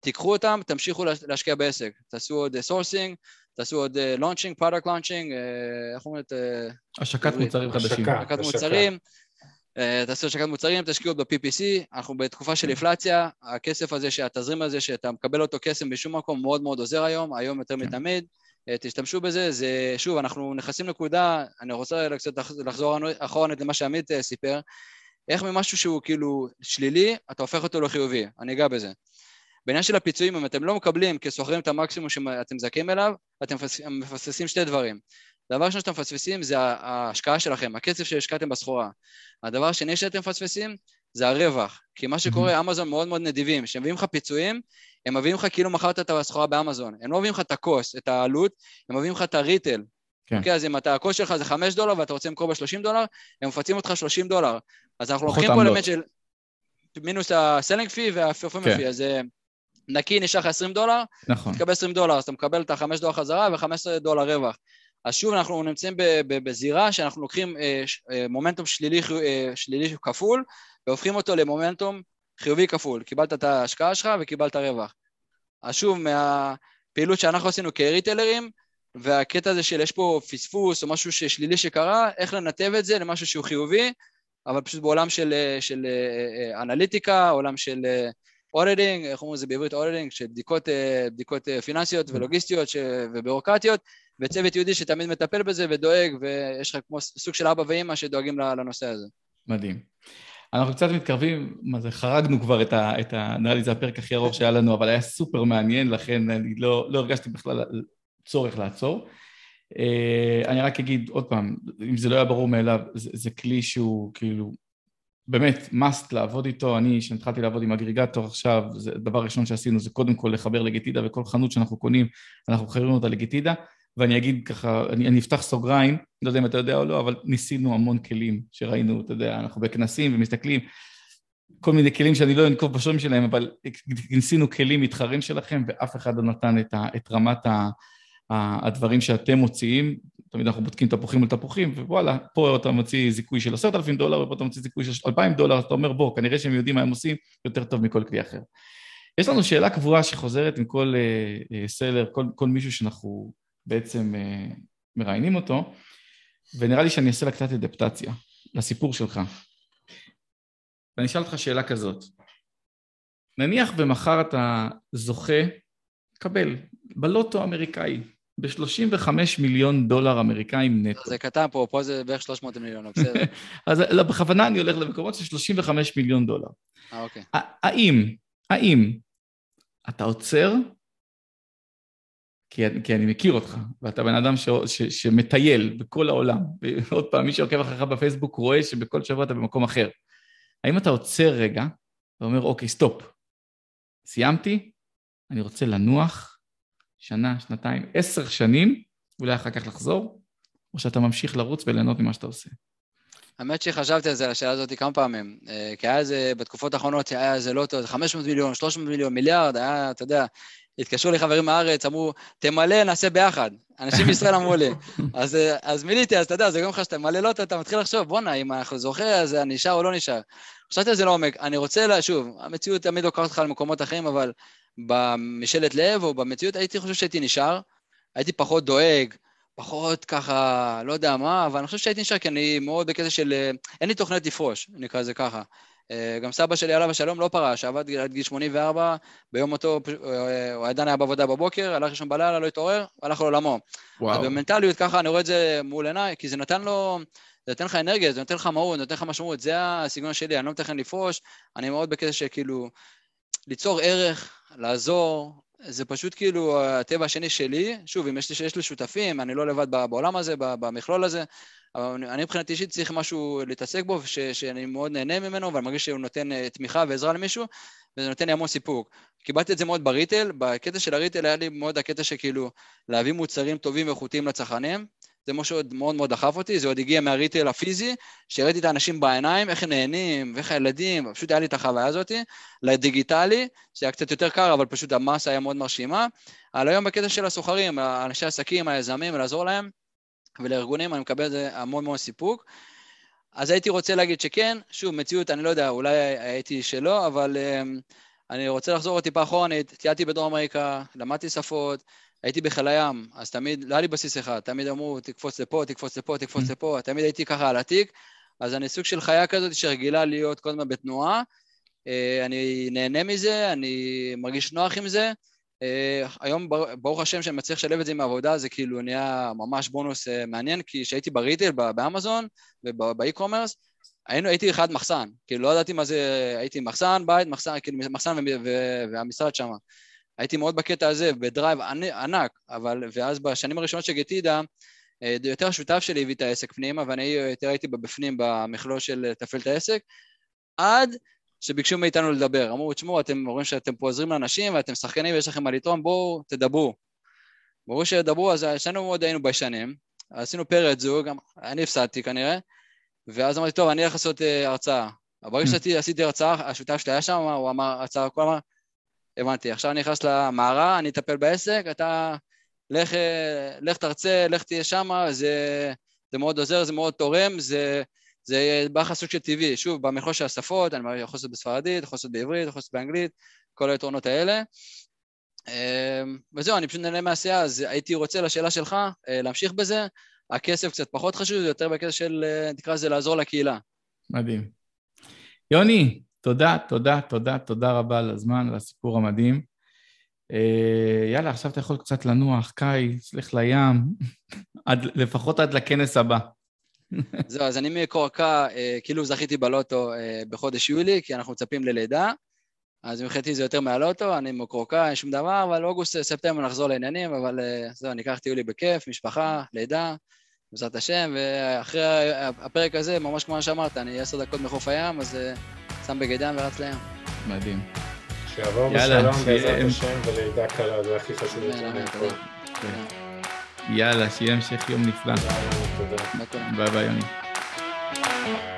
תיקחו אותם, תמשיכו להשקיע בעסק, תעשו עוד סורסינג, תעשו עוד launching, product launching, איך אומרת?
השקת מוצרים חדשים.
השקת מוצרים, תעשו השקת מוצרים, תשקיעו ב-פי פי סי, אנחנו בתקופה של אינפלציה, הכסף הזה, התזרים הזה, שאתה מקבל אותו כסף בשום מקום, מאוד מאוד עוזר היום, היום יותר מתמיד, תשתמשו בזה, זה, שוב, אנחנו נכנסים נקודה, אני רוצה קצת לחזור אחרונית למה שעמית סיפר, איך ממשהו שהוא כאילו שלילי, אתה הופך אותו לחיובי, אני אגע בזה. בעניין של הפיצויים, אם אתם לא מקבלים כסוחרים את המקסימום שאתם זכים אליו, אתם מפספסים שתי דברים. הדבר השני שאתם מפספסים זה ההשקעה שלכם, הכסף שהשקעתם בסחורה. הדבר השני שאתם מפספסים זה הרווח, כי מה שקורה, אמזון מאוד מאוד נדיבים, כשהם מביאים לך פיצויים, הם מביאים לך כאילו מכרת את הסחורה באמזון, הם לא מביאים לך את הקוס, את העלות, הם מביאים לך את הריטל.
כן.
אוקיי, אז אם אתה, הקוס שלך זה חמישה דולר ואתה רוצה למכור ב-שלושים דולר, הם מפצים אותך שלושים דולר. אז אנחנו לוקחים פה אלמנט של מינוס הסלינג פי והפרפורמנס פי, אז נקי נשאר לך עשרים דולר,
נכון.
תקבל עשרים דולר, אז אתה מקבל את ה-חמישה דולר חזרה ו-חמישה עשר דולר רווח. אז שוב אנחנו נמצאים בזירה שאנחנו לוקחים מומנטום שלילי, שלילי כפול, והופכים אותו למומנטום חיובי כפול. קיבלת את ההשקעה שלך וקיבלת רווח. אז שוב, מהפעילות שאנחנו עשינו כריטלרים, והקטע הזה של יש פה פספוס או משהו ששלילי שקרה, איך לנתב את זה למשהו שהוא חיובי, אבל פשוט בעולם של, של אנליטיקה, עולם של אודיטינג, איך אומרים את זה בעברית אודיטינג, של בדיקות, בדיקות פיננסיות ולוגיסטיות ובירוקרטיות, וצוות יהודי שתמיד מטפל בזה ודואג, ויש לך כמו סוג של אבא ואמא שדואגים לנושא הזה.
מדהים. אנחנו קצת מתקרבים, מה זה, חרגנו כבר את ה... את ה נראה לי זה הפרק הכי ארוך שהיה לנו, אבל היה סופר מעניין, לכן אני לא, לא הרגשתי בכלל צורך לעצור. אני רק אגיד עוד פעם, אם זה לא היה ברור מאליו, זה, זה כלי שהוא כאילו, באמת, must לעבוד איתו. אני, כשהתחלתי לעבוד עם אגריגטור עכשיו, זה הדבר הראשון שעשינו, זה קודם כל לחבר לגיטידה, וכל חנות שאנחנו קונים, אנחנו מחברים אותה לגיטידה, ואני אגיד ככה, אני, אני אפתח סוגריים, לא יודע אם אתה יודע או לא, אבל ניסינו המון כלים שראינו, אתה יודע, אנחנו בכנסים ומסתכלים, כל מיני כלים שאני לא אנקוב בשום שלהם, אבל ניסינו כלים מתחרים שלכם, ואף אחד לא נתן את, ה, את רמת ה, ה, הדברים שאתם מוציאים. תמיד אנחנו בודקים תפוחים על תפוחים, ווואלה, פה אתה מוציא זיכוי של עשרת אלפים דולר, ופה אתה מוציא זיכוי של אלפיים דולר, אז אתה אומר, בוא, כנראה שהם יודעים מה הם עושים יותר טוב מכל כלי אחר. יש לנו שאלה קבועה שחוזרת עם כל uh, uh, סלר, כל, כל מישהו שאנחנו בעצם uh, מראיינים אותו, ונראה לי שאני אעשה לה קצת אדפטציה לסיפור שלך. ואני אשאל אותך שאלה כזאת. נניח ומחר אתה זוכה, קבל, בלוטו אמריקאי, ב-שלושים וחמישה מיליון דולר אמריקאים נטו.
זה קטן פה, פה זה בערך שלוש מאות מיליון, בסדר.
אז בכוונה אני הולך למקומות של שלושים וחמישה מיליון דולר.
אה, אוקיי.
האם, האם אתה עוצר, כי, כי אני מכיר אותך, ואתה בן אדם ש, ש, שמטייל בכל העולם, ועוד פעם, מי שעוקב אחריך בפייסבוק רואה שבכל שבוע אתה במקום אחר. האם אתה עוצר רגע, ואומר, אוקיי, סטופ, סיימתי, אני רוצה לנוח, שנה, שנתיים, עשר שנים, אולי אחר כך לחזור, או שאתה ממשיך לרוץ וליהנות ממה שאתה עושה?
האמת שחשבתי על זה, על השאלה הזאת כמה פעמים, כי היה זה, בתקופות האחרונות, היה זה לא טוב, חמש מאות מיליון, שלוש מאות מיליון, מיליארד, היה, אתה יודע, התקשרו לי חברים מהארץ, אמרו, תמלא, נעשה ביחד. אנשים בישראל אמרו לי. אז, אז מיליתי, אז אתה יודע, זה גם לך שאתה מלא לא, אתה מתחיל לחשוב, בוא נע, אם אנחנו זוכר, אז אני נשאר או לא נשאר. חשבתי על זה לעומק, אני רוצה לה, שוב, המציאות תמיד לוקחת אותך למקומות אחרים, אבל במשאלת לב או במציאות הייתי חושב שהייתי נשאר, הייתי פחות דואג, פחות ככה, לא יודע מה, אבל אני חושב שהייתי נשאר, כי אני מאוד בקטע של, אין לי תוכנית לפרוש, נקרא זה ככה. גם סבא שלי עליו השלום לא פרש, עבד עד גיל שמונים וארבע, ביום אותו, הוא עדיין היה בעבודה בבוקר, הלך ראשון בלילה, לא התעורר, הלך לעולמו. אז במנטליות ככה אני רואה את זה מול עיניי, כי זה נתן לו, זה נותן לך אנרגיה, זה נותן לך מהות, זה נותן לך משמעות, זה הסגנון שלי, אני לא מתכן לפרוש, אני מאוד בקטע שכאילו, ליצור ערך, לעזור, זה פשוט כאילו הטבע השני שלי, שוב, אם יש לי, יש לי שותפים, אני לא לבד בעולם הזה, במכלול הזה, אבל אני מבחינתי אישית צריך משהו להתעסק בו, ש, שאני מאוד נהנה ממנו, ואני מרגיש שהוא נותן תמיכה ועזרה למישהו, וזה נותן לי המון סיפוק. קיבלתי את זה מאוד בריטל, בקטע של הריטל היה לי מאוד הקטע שכאילו, להביא מוצרים טובים ואיכותיים לצרכנים, זה משהו עוד מאוד מאוד דחף אותי, זה עוד הגיע מהריטל הפיזי, שהראיתי את האנשים בעיניים, איך הם נהנים, ואיך הילדים, פשוט היה לי את החוויה הזאת, לדיגיטלי, שהיה קצת יותר קר, אבל פשוט המסה היה מאוד מרשימה, אבל היום בקטע של הסוחרים, האנשי העסקים, היזמים, לעזור להם, ולארגונים אני מקבל את זה המון מאוד סיפוק, אז הייתי רוצה להגיד שכן, שוב, מציאות, אני לא יודע, אולי הייתי שלא, אבל אני רוצה לחזור טיפה אחורנית, טיילתי בדרום אמריקה, למדתי שפות, הייתי בחיל הים, אז תמיד, לא היה לי בסיס אחד, תמיד אמרו, תקפוץ לפה, תקפוץ לפה, תקפוץ לפה, תמיד הייתי ככה על התיק, אז אני סוג של חיה כזאת שרגילה להיות כל הזמן בתנועה, אני נהנה מזה, אני מרגיש נוח עם זה, היום ברוך השם שאני מצליח לשלב את זה עם העבודה, זה כאילו נהיה ממש בונוס מעניין, כי כשהייתי בריטל, באמזון ובאי-קומרס, היינו, הייתי אחד מחסן, כאילו לא ידעתי מה זה, הייתי מחסן, בית, מחסן, כאילו מחסן והמשרד שם. הייתי מאוד בקטע הזה, בדרייב ענק, אבל, ואז בשנים הראשונות של גטידה, יותר השותף שלי הביא את העסק פנימה, ואני יותר הייתי בפנים במכלול של תפעל את העסק, עד שביקשו מאיתנו לדבר. אמרו, תשמעו, אתם רואים שאתם פה עוזרים לאנשים, ואתם שחקנים ויש לכם מה לתרום, בואו, תדברו. ברור שדברו, אז שנינו מאוד היינו בישנים, עשינו פרק זוג, אני הפסדתי כנראה, ואז אמרתי, טוב, אני הולך לעשות הרצאה. ברגע שעשיתי הרצאה, השותף שלי היה שם, הוא אמר, הרצאה, כל אמר, הבנתי, עכשיו אני נכנס למערה, אני אטפל בעסק, אתה לך, לך תרצה, לך תהיה שם, זה, זה מאוד עוזר, זה מאוד תורם, זה, זה בא חסות של טבעי, שוב, במכלול של השפות, אני יכול לעשות בספרדית, יכול לעשות בעברית, יכול לעשות באנגלית, כל היתרונות האלה. וזהו, אני פשוט נהנה מעשייה, אז הייתי רוצה לשאלה שלך, להמשיך בזה, הכסף קצת פחות חשוב, זה יותר בקטע של, תקרא לזה, לעזור לקהילה.
מדהים. יוני, תודה, תודה, תודה, תודה רבה על הזמן, על הסיפור המדהים. יאללה, עכשיו אתה יכול קצת לנוח, קאי, סליח לים, לפחות עד לכנס הבא.
זהו, אז אני מקורקה, כאילו זכיתי בלוטו בחודש יולי, כי אנחנו מצפים ללידה, אז מבחינתי זה יותר מהלוטו, אני מקורקה, אין שום דבר, אבל אוגוסט, ספטמבר נחזור לעניינים, אבל זהו, אני אקח טיולי בכיף, משפחה, לידה, בעזרת השם, ואחרי הפרק הזה, ממש כמו שאמרת, אני עשר דקות מחוף הים, אז שם בגד ים ורץ לים.
מדהים.
שיעבור בשלום בעזרת השם ולידה קלה, זה הכי חשוב.
יאללה, שיהיה המשך יום נפלא. ביי ביי יוני.